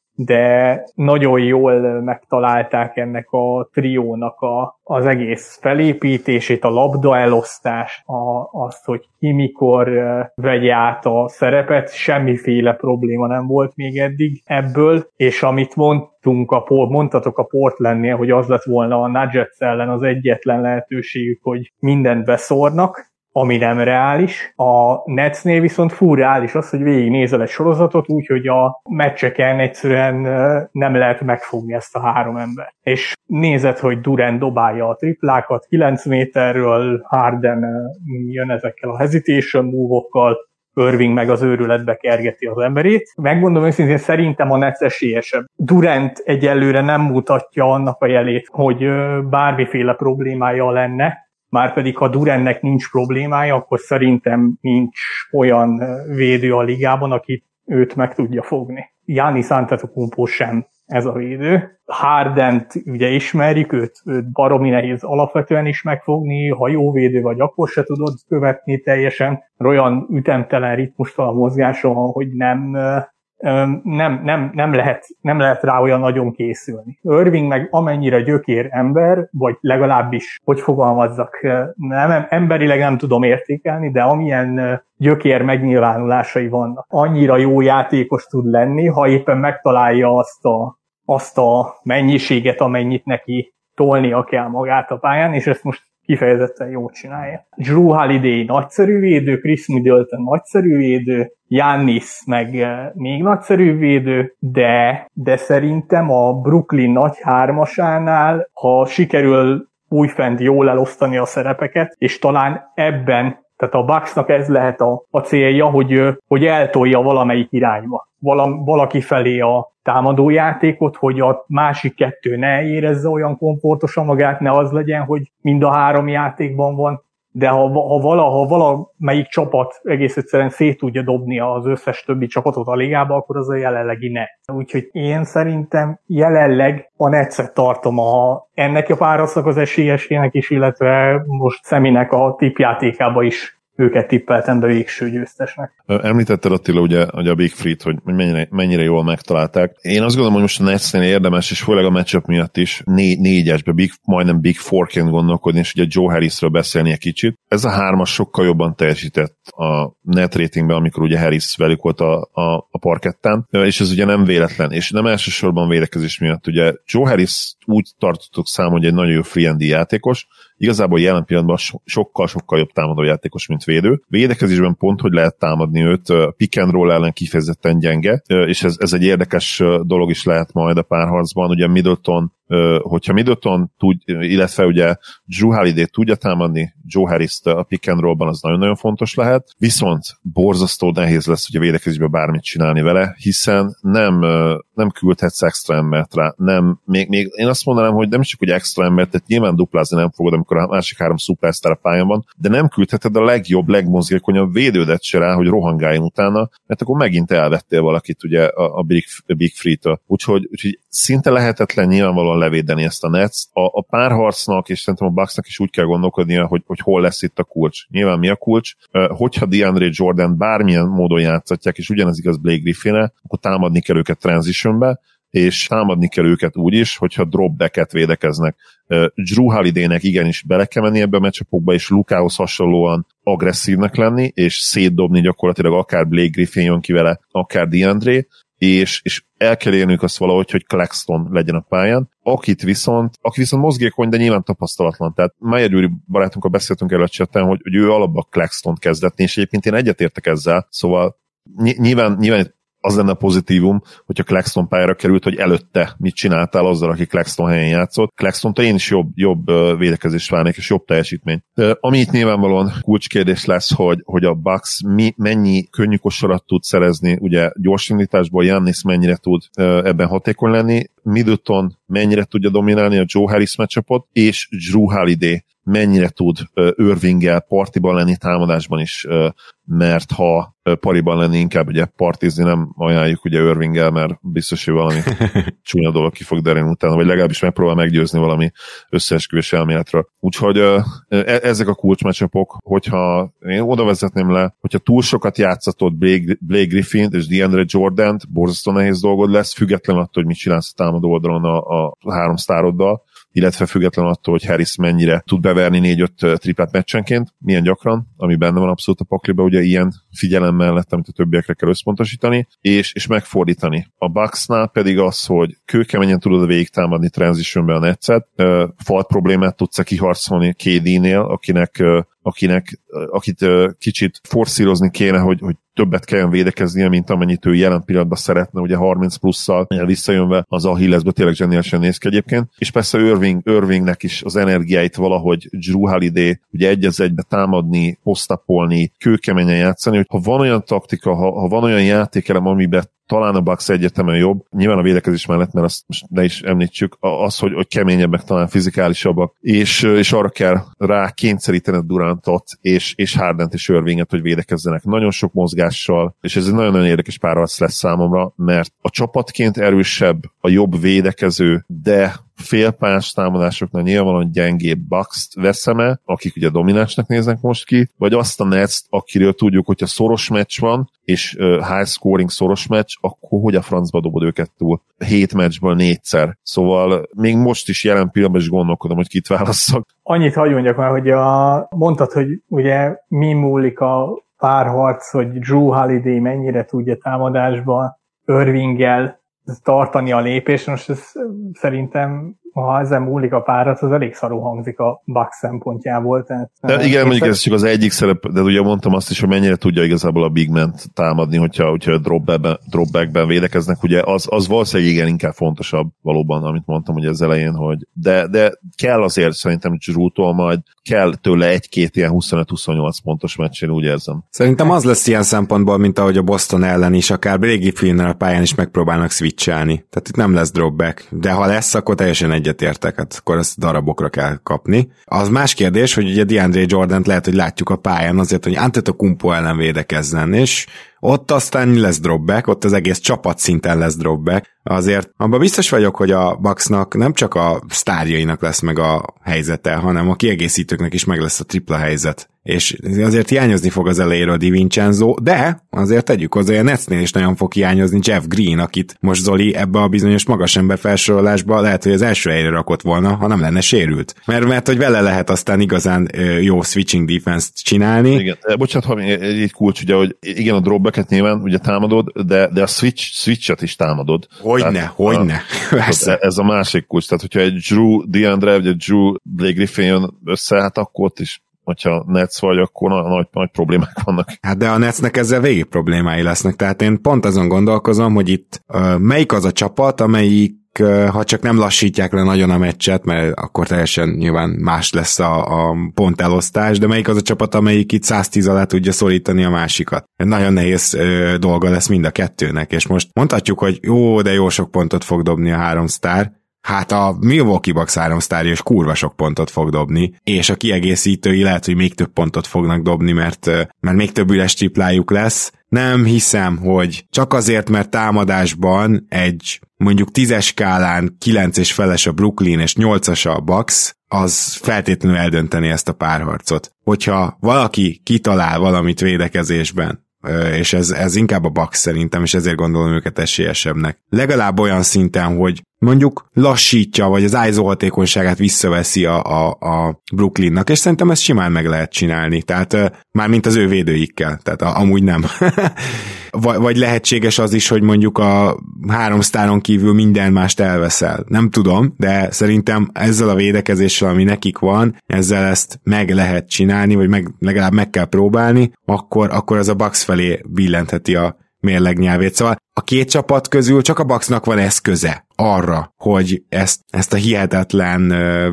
de nagyon jól megtalálták ennek a triónak az egész felépítését, a labda elosztást, azt, hogy ki mikor vegye át a szerepet, semmiféle probléma nem volt még eddig ebből, és amit mondtatok a Portlandnél, hogy az lett volna a Nuggets ellen az egyetlen lehetőségük, hogy mindent beszórnak, ami nem reális. A Netsnél viszont full reális az, hogy végignézel egy sorozatot úgy, hogy a meccseken egyszerűen nem lehet megfogni ezt a három embert. És nézed, hogy Durant dobálja a triplákat 9 méterről, Harden jön ezekkel a hesitation move-okkal, Irving meg az őrületbe kergeti az emberét. Megmondom őszintén, szerintem a Nets esélyesebb. Durant egyelőre nem mutatja annak a jelét, hogy bármiféle problémája lenne, márpedig ha Durantnek nincs problémája, akkor szerintem nincs olyan védő a ligában, aki őt meg tudja fogni. Giannis Antetokounmpo sem ez a védő. Hardent ugye ismerjük, őt baromi nehéz alapvetően is megfogni, ha jó védő vagy, akkor se tudod követni teljesen. Olyan ütemtelen ritmustalan mozgása van, hogy nem lehet rá olyan nagyon készülni. Irving meg amennyire gyökér ember, vagy legalábbis, hogy fogalmazzak, emberileg nem tudom értékelni, de amilyen gyökér megnyilvánulásai vannak. Annyira jó játékos tud lenni, ha éppen megtalálja azt a mennyiséget, amennyit neki tolnia kell magát a pályán, és ezt most kifejezetten jól csinálja. Drew Holiday nagyszerű védő, Chris Middleton nagyszerű védő, Giannis meg még nagyszerű védő, de szerintem a Brooklyn nagy hármasánál, ha sikerül újfent jól elosztani a szerepeket, és talán ebben, tehát a Bucksnak ez lehet a célja, hogy eltolja valamelyik irányba. Valaki felé a támadójátékot, hogy a másik kettő ne érezze olyan komfortosan magát, ne az legyen, hogy mind a három játékban van, de ha valamelyik csapat egész egyszerűen szét tudja dobni az összes többi csapatot a ligába, akkor az a jelenlegi Net. Úgyhogy én szerintem jelenleg a Netset tartom ennek a párharcnak az esélyesének is, illetve most Szeminek a tippjátékába is őket tippeltem be végső győztesnek. Említetted Attila ugye a Big Free-t, hogy mennyire jól megtalálták. Én azt gondolom, hogy most a Netsnél érdemes, és főleg a matchup miatt is négyesbe, majdnem Big Four-ként gondolkodni, és ugye Joe Harrisről beszélni egy kicsit. Ez a hármas sokkal jobban teljesített a net ratingben, amikor ugye Harris velük volt a parkettán, és ez ugye nem véletlen, és nem elsősorban védekezés miatt. Ugye Joe Harris úgy tartottuk számon, hogy egy nagyon jó free and D játékos, igazából jelen pillanatban sokkal jobb támadó játékos, mint védő. Védekezésben pont, hogy lehet támadni őt, pick and roll ellen kifejezetten gyenge, és ez egy érdekes dolog is lehet majd a párharcban. Ugye Middleton hogyha Middleton tud, illetve ugye Drew Holiday tudja támadni Joe Harris-t a pick and rollban, az nagyon-nagyon fontos lehet, viszont borzasztó nehéz lesz ugye védekezésben bármit csinálni vele, hiszen nem küldhetsz extra embert rá, még én azt mondanám, hogy nem csak hogy extra embert, tehát nyilván duplázni nem fogod, amikor a másik 3 szupersztár a pályán van, de nem küldheted a legjobb, legmozgékonyabb védődet se rá, hogy rohangáljon utána, mert akkor megint elvettél valakit ugye a Big Free-től. Úgyhogy szinte lehetetlen nyilvánvalóan levédeni ezt a Nets. A párharcnak, és szerintem a Bucksnak is úgy kell gondolkodnia, hogy hol lesz itt a kulcs. Nyilván mi a kulcs? Hogyha DeAndre Jordan bármilyen módon játszatják, és ugyanez igaz Blake Griffinre, akkor támadni kell őket transitionbe, és támadni kell őket úgy is, hogyha dropbacket védekeznek. Drew Holiday-nek igenis bele kell menni ebbe a meccsapokba, és Lukához hasonlóan agresszívnek lenni, és szétdobni gyakorlatilag akár Blake Griffin jön ki vele, akár DeAndre, és el kell érnünk azt valahogy, hogy Claxton legyen a pályán, aki viszont mozgékony, de nyilván tapasztalatlan. Tehát Meyer Gyuri barátunkkal beszéltünk erről a chatten, hogy ő alapban Claxtont kezdetni, és egyébként én egyetértek ezzel, szóval nyilván az lenne a pozitívum, hogyha Claxton pályára került, hogy előtte mit csináltál azzal, aki Claxton helyen játszott. Claxtontól én is jobb védekezést várnék, és jobb teljesítmény. Ami itt nyilvánvalóan kulcskérdés lesz, hogy a Bucks mennyi könnyű kosarat tud szerezni, ugye gyorsindításból Giannis mennyire tud ebben hatékony lenni, Middleton mennyire tudja dominálni a Joe Harris matchupot, és Drew Holiday mennyire tud Irvinggel partiban lenni, támadásban is, mert ha pariban lenni, inkább ugye partizni nem ajánljuk ugye Irvinggel, mert biztos, hogy valami csúnya dolog ki fog derülni utána, vagy legalábbis megpróbál meggyőzni valami összeesküvés elméletről. Úgyhogy ezek a kulcsmatchupok, hogyha én oda vezetném le, hogyha túl sokat játszatod Blake Griffin és DeAndre Jordant, borzasztó nehéz dolgod lesz, független attól, hogy mit csinálsz a támadó oldalon a 3 sztároddal, illetve független attól, hogy Harris mennyire tud beverni 4-5 triplát meccsenként, milyen gyakran, ami benne van abszolút a pakliba, ugye ilyen figyelem mellett, amit a többiekre kell összpontosítani, és megfordítani. A Bucksnál pedig az, hogy kőkeményen tudod végig támadni transitionbe a Netset, falt problémát tudsz kiharcolni KD-nél, akit kicsit forszírozni kéne, hogy többet kelljen védekeznie, mint amennyit ő jelen pillanatban szeretne, ugye 30 plusszal visszajönve az Achillesbe tényleg zseniálisan néz ki egyébként, és persze Irvingnek is az energiáit valahogy Drew Holiday ugye egy az egybe támadni, posztapolni, kőkeményen játszani, hogy ha van olyan taktika, ha van olyan játékelem, amiben talán a Bucks egyértelműen jobb, nyilván a védekezés mellett, mert azt most ne is említsük, az, hogy keményebbek, talán fizikálisabbak, és arra kell rá kényszerítened Durantot, és Hardent és Irvinget, hogy védekezzenek nagyon sok mozgással, és ez egy nagyon-nagyon érdekes párharc lesz számomra, mert a csapatként erősebb, a jobb védekező, de félpályás támadásoknál nyilvánvalóan gyengébb Bucks-t veszem-e, akik ugye dominánsnak néznek most ki, vagy azt a Nets, akiről tudjuk, hogyha szoros meccs van, és high scoring szoros meccs, akkor hogy a francba dobod őket túl? 7 meccsből 4-szer. Szóval még most is jelen pillanatban is gondolkodom, hogy kit válasszak. Annyit hagyj mondjak már, hogy mondtad, hogy ugye mi múlik a párharc, hogy Drew Holiday mennyire tudja támadásban Irvinggel tartani a lépést. Most ez szerintem, ha ezen múlik a párat, az elég szarul hangzik a Bucks szempontjából. Tehát, igen, mondjuk ez csak az egyik szerep, de ugye mondtam azt is, hogy mennyire tudja igazából a big man támadni, hogyha dropbackben védekeznek, ugye az valószínűleg igen inkább fontosabb valóban, amit mondtam ugye az elején, hogy de kell azért szerintem Drew-tól majd kell tőle egy-két ilyen 25-28 pontos meccsen, úgy érzem. Szerintem az lesz ilyen szempontból, mint ahogy a Boston ellen is, akár Blake Griffin-nel a pályán is megpróbálnak switchelni. Tehát itt nem lesz dropback, de ha lesz, akkor teljesen egyetértek, hát akkor ezt darabokra kell kapni. Az más kérdés, hogy ugye DeAndre Jordant lehet, hogy látjuk a pályán azért, hogy Antetokounmpo ellen védekezzen, és ott aztán lesz dropback, ott az egész csapat szinten lesz dropback. Azért abban biztos vagyok, hogy a Bucksnak nem csak a sztárjainak lesz meg a helyzete, hanem a kiegészítőknek is meg lesz a tripla helyzet. És azért hiányozni fog az elejéről DiVincenzo, de azért tegyük hozzá, hogy a Netsnél is nagyon fog hiányozni Jeff Green, akit most Zoli ebbe a bizonyos magas ember felsorolásba lehet, hogy az első helyre rakott volna, ha nem lenne sérült. Mert hogy vele lehet aztán igazán jó switching defense-t csinálni. Igen, bocsánat, ha egy kulcs, ugye, hogy igen, a dropbacket nyilván ugye támadod, de a switchet is támadod. Hogyne. Ez a másik kulcs, tehát hogyha egy Drew DeAndre, vagy egy Drew Blake Griffin jön össze, hát akkor ott is, hogyha Nets vagy, akkor nagy problémák vannak. Hát de a Netsnek ezzel végig problémái lesznek, tehát én pont azon gondolkozom, hogy itt melyik az a csapat, amelyik ha csak nem lassítják le nagyon a meccset, mert akkor teljesen nyilván más lesz a pontelosztás, de melyik az a csapat, amelyik itt 110 alá tudja szorítani a másikat. Nagyon nehéz dolga lesz mind a kettőnek, és most mondhatjuk, hogy de jó sok pontot fog dobni a 3 sztár. Hát a Milwaukee Bucks 3 sztárja és kurva sok pontot fog dobni, és a kiegészítői lehet, hogy még több pontot fognak dobni, mert még több üres triplájuk lesz. Nem hiszem, hogy csak azért, mert támadásban egy mondjuk 10-es skálán 9 és feles a Brooklyn és 8-as a Bucks, az feltétlenül eldönteni ezt a párharcot. Hogyha valaki kitalál valamit védekezésben, és ez inkább a Bucks szerintem, és ezért gondolom őket esélyesebbnek. Legalább olyan szinten, hogy mondjuk lassítja, vagy az ISO hatékonyságát visszaveszi a Brooklynnak, és szerintem ezt simán meg lehet csinálni, tehát mármint az ő védőikkel, tehát amúgy nem. Vagy lehetséges az is, hogy mondjuk a 3 sztáron kívül minden mást elveszel. Nem tudom, de szerintem ezzel a védekezéssel, ami nekik van, ezzel ezt meg lehet csinálni, vagy legalább meg kell próbálni, akkor az a Bucks felé billentheti a mérlegnyelvét. Szóval a két csapat közül csak a Bucksnak van eszköze arra, hogy ezt a hihetetlen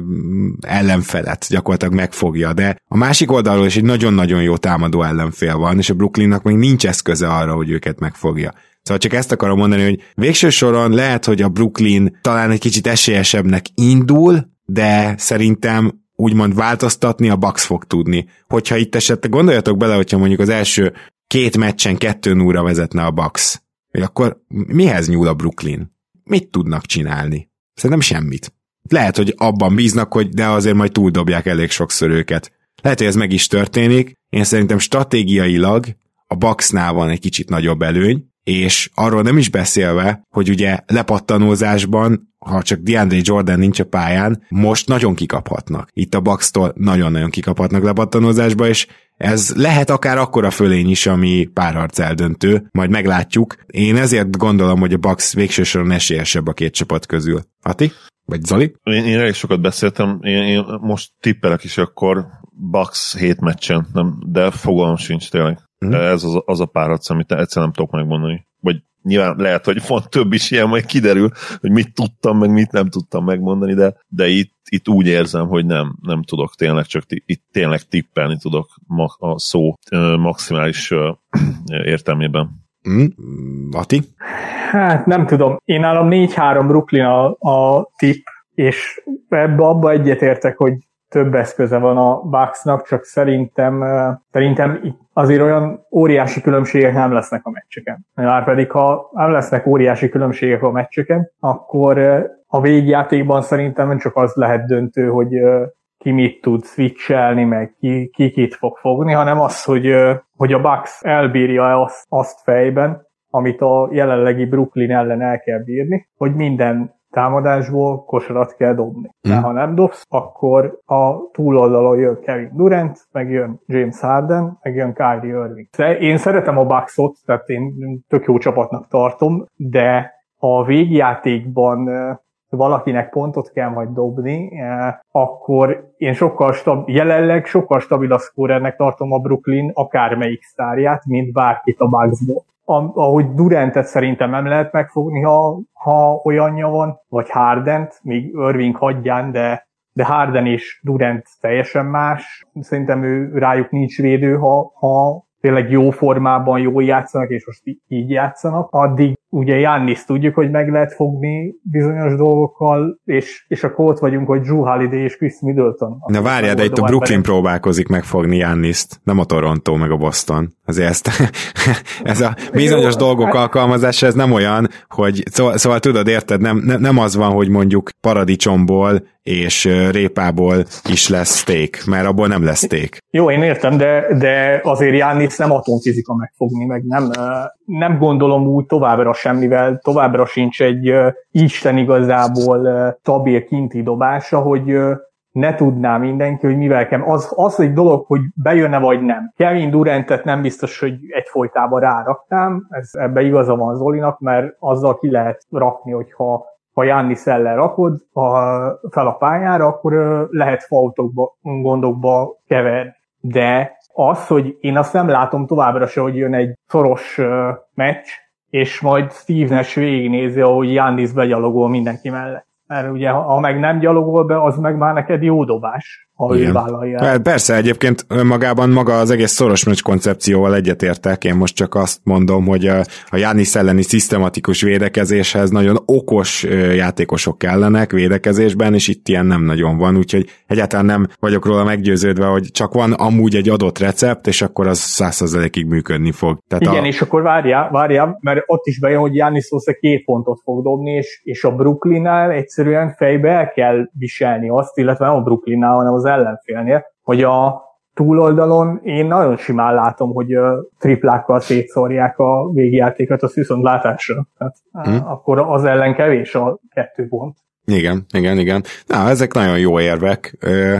ellenfelet gyakorlatilag megfogja, de a másik oldalról is egy nagyon-nagyon jó támadó ellenfél van, és a Brooklynnak még nincs eszköze arra, hogy őket megfogja. Szóval csak ezt akarom mondani, hogy végső soron lehet, hogy a Brooklyn talán egy kicsit esélyesebbnek indul, de szerintem úgymond változtatni a Bucks fog tudni. Hogyha itt esetleg gondoljatok bele, hogyha mondjuk az első 2 meccsen 2-0-ra vezetne a Bucks, akkor mihez nyúl a Brooklyn? Mit tudnak csinálni? Szerintem semmit. Lehet, hogy abban bíznak, hogy de azért majd túldobják elég sokszor őket. Lehet, hogy ez meg is történik. Én szerintem stratégiailag a Bucksnál van egy kicsit nagyobb előny, és arról nem is beszélve, hogy ugye lepattanózásban, ha csak DeAndre Jordan nincs a pályán, most nagyon kikaphatnak. Itt a Bucks-tól nagyon-nagyon kikaphatnak lepattanózásba, és ez lehet akár akkora fölény is, ami párharc eldöntő, majd meglátjuk. Én ezért gondolom, hogy a Bucks végső soron esélyesebb a két csapat közül. Ati? Vagy Zoli? Én elég sokat beszéltem, én most tippelek is, akkor Bucks 7 meccsen, nem, de fogalmam sincs tényleg. Ez az a párharc, amit egyszerűen nem tudok megmondani. Vagy nyilván lehet, hogy van több is ilyen, majd kiderül, hogy mit tudtam, meg mit nem tudtam megmondani, de itt úgy érzem, hogy nem tudok tényleg, csak itt tényleg tippelni tudok a szó maximális értelmében. Ati? Hát nem tudom. Én nálam 4-3 Brooklyn a tipp, és abba egyetértek, hogy több eszköze van a Bucksnak, csak szerintem azért olyan óriási különbségek nem lesznek a meccseken. Márpedig, ha nem lesznek óriási különbségek a meccseken, akkor a végjátékban szerintem nem csak az lehet döntő, hogy ki mit tud switchelni, meg ki kit fog fogni, hanem az, hogy a Bucks elbírja azt fejben, amit a jelenlegi Brooklyn ellen el kell bírni, hogy minden támadásból kosarat kell dobni. De ha nem dobsz, akkor a túloldalon jön Kevin Durant, meg jön James Harden, meg jön Kyrie Irving. Én szeretem a Bucksot, tehát én tök jó csapatnak tartom, de ha a végjátékban valakinek pontot kell majd dobni, akkor én jelenleg sokkal stabilabb szkórernek tartom a Brooklyn akármelyik sztárját, mint bárkit a Bucksból. Ahogy Durantet szerintem nem lehet megfogni, ha olyanja van, vagy Hardent, még Irving hagyján, de Harden és Durant teljesen más. Szerintem rájuk nincs védő, ha tényleg jó formában jól játszanak, és most így játszanak. Addig ugye Giannis tudjuk, hogy meg lehet fogni bizonyos dolgokkal, és akkor ott vagyunk, hogy Jrue Holiday és Chris Middleton. Na várjál, de itt a Brooklyn próbálkozik megfogni Giannist, nem a Toronto meg a Boston. Azért ez a bizonyos dolgok alkalmazása, ez nem olyan, hogy szóval tudod, érted, nem az van, hogy mondjuk paradicsomból és répából is lesz steak, mert abból nem lesz steak. Jó, én értem, de azért Giannis nem atomfizika megfogni, meg nem gondolom úgy továbbra semmivel, továbbra sincs egy Isten igazából stabil kinti dobása, hogy ne tudná mindenki, hogy mivel kell. Az egy dolog, hogy bejönne vagy nem. Kevin Durantet nem biztos, hogy egyfolytában ráraknám, ebbe igaza van Zolinak, mert azzal ki lehet rakni, hogyha Giannis ellen rakod fel a pályára, akkor lehet faultokba, gondokba keverni. De az, hogy én azt nem látom továbbra se, hogy jön egy szoros meccs, és majd Steve Nash végignézi, ahogy Giannis begyalogol mindenki mellett. Mert ugye, ha meg nem gyalogol be, az meg már neked jó dobás, ha ő vállalja el. Persze, egyébként maga az egész szoros meccs koncepcióval egyetértek, én most csak azt mondom, hogy a Giannis elleni szisztematikus védekezéshez nagyon okos játékosok kellenek védekezésben, és itt ilyen nem nagyon van, úgyhogy egyáltalán nem vagyok róla meggyőződve, hogy csak van amúgy egy adott recept, és akkor az 100%-ig működni fog. Tehát igen, és akkor várjál, mert ott is bejön, hogy Giannis Szószeg 2 pontot fog dobni, és a Brooklynnál egyszerűen fejbe el kell viselni azt, illetve nem a Brooklynnál, hanem az ellenfélnél, hogy a túloldalon én nagyon simán látom, hogy triplákkal szétszórják a végjátékot, az viszont látásra. Tehát, akkor az ellen kevés a 2 pont. Igen. Na, ezek nagyon jó érvek.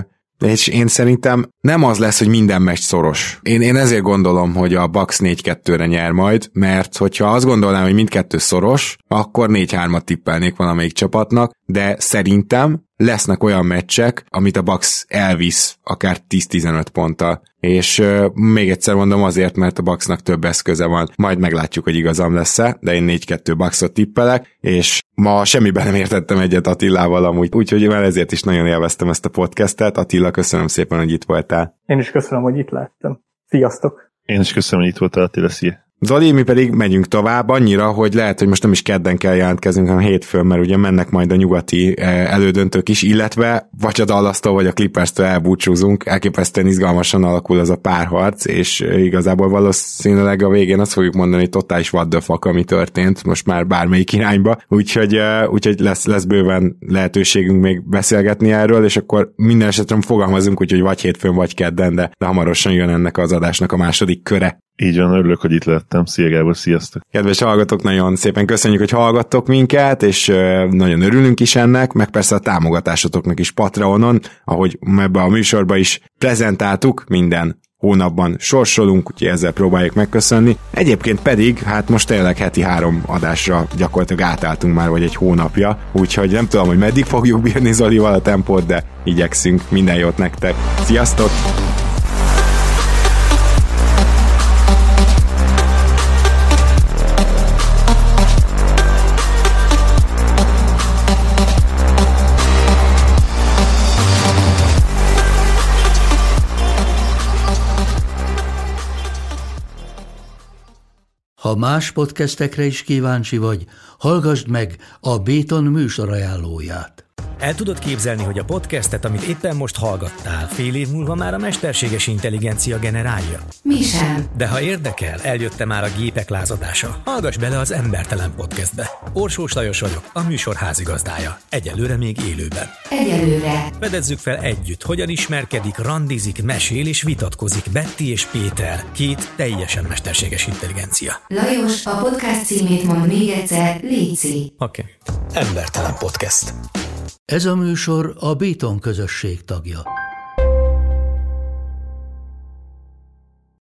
És én szerintem nem az lesz, hogy minden meccs szoros. Én ezért gondolom, hogy a Bucks 4-2-re nyer majd, mert hogyha azt gondolnám, hogy mindkettő szoros, akkor 4-3-at tippelnék valamelyik csapatnak, de szerintem lesznek olyan meccsek, amit a Bucks elvisz akár 10-15 ponttal. És még egyszer mondom azért, mert a Bucksnak több eszköze van. Majd meglátjuk, hogy igazam lesz-e, de én 4-2 Bucksot tippelek, és ma semmiben nem értettem egyet Attilával amúgy, úgyhogy már ezért is nagyon élveztem ezt a podcastet. Attila, köszönöm szépen, hogy itt voltál. Én is köszönöm, hogy itt lettem. Sziasztok! Én is köszönöm, hogy itt voltál, Attila, szia! Zoli, mi pedig megyünk tovább, annyira, hogy lehet, hogy most nem is kedden kell jelentkeznünk, hanem hétfőn, mert ugye mennek majd a nyugati elődöntők is, illetve vagy a Dallas-tól, vagy a Clippers-től elbúcsúzunk, elképesztően izgalmasan alakul az a párharc, és igazából valószínűleg a végén azt fogjuk mondani, hogy totális what the fuck, ami történt, most már bármelyik irányba, úgyhogy lesz bőven lehetőségünk még beszélgetni erről, és akkor minden esetre fogalmazunk, úgyhogy vagy hétfőn, vagy kedden, de hamarosan jön ennek az adásnak a második köre. Így van, örülök, hogy itt lettem. Szia Gábor, sziasztok! Kedves hallgatók, nagyon szépen köszönjük, hogy hallgattok minket, és nagyon örülünk is ennek, meg persze a támogatásotoknak is Patreonon, ahogy ebbe a műsorba is prezentáltuk, minden hónapban sorsolunk, úgyhogy ezzel próbáljuk megköszönni. Egyébként pedig, hát most tényleg heti 3 adásra gyakorlatilag átálltunk már, vagy egy hónapja, úgyhogy nem tudom, hogy meddig fogjuk bírni Zolival a tempót, de igyekszünk. Minden jót nektek! Sziasztok! Ha más podcastekre is kíváncsi vagy, hallgassd meg a Béton műsor ajánlóját. El tudod képzelni, hogy a podcastet, amit éppen most hallgattál, fél év múlva már a mesterséges intelligencia generálja? Mi sem. De ha érdekel, eljött már a gépek lázadása. Hallgass bele az Embertelen Podcastbe. Orsós Lajos vagyok, a műsor házigazdája. Egyelőre még élőben. Egyelőre. Fedezzük fel együtt, hogyan ismerkedik, randizik, mesél és vitatkozik Betty és Péter, 2 teljesen mesterséges intelligencia. Lajos, a podcast címét mond még egyszer, léci. Oké. Embertelen Podcast. Ez a műsor a Béton közösség tagja.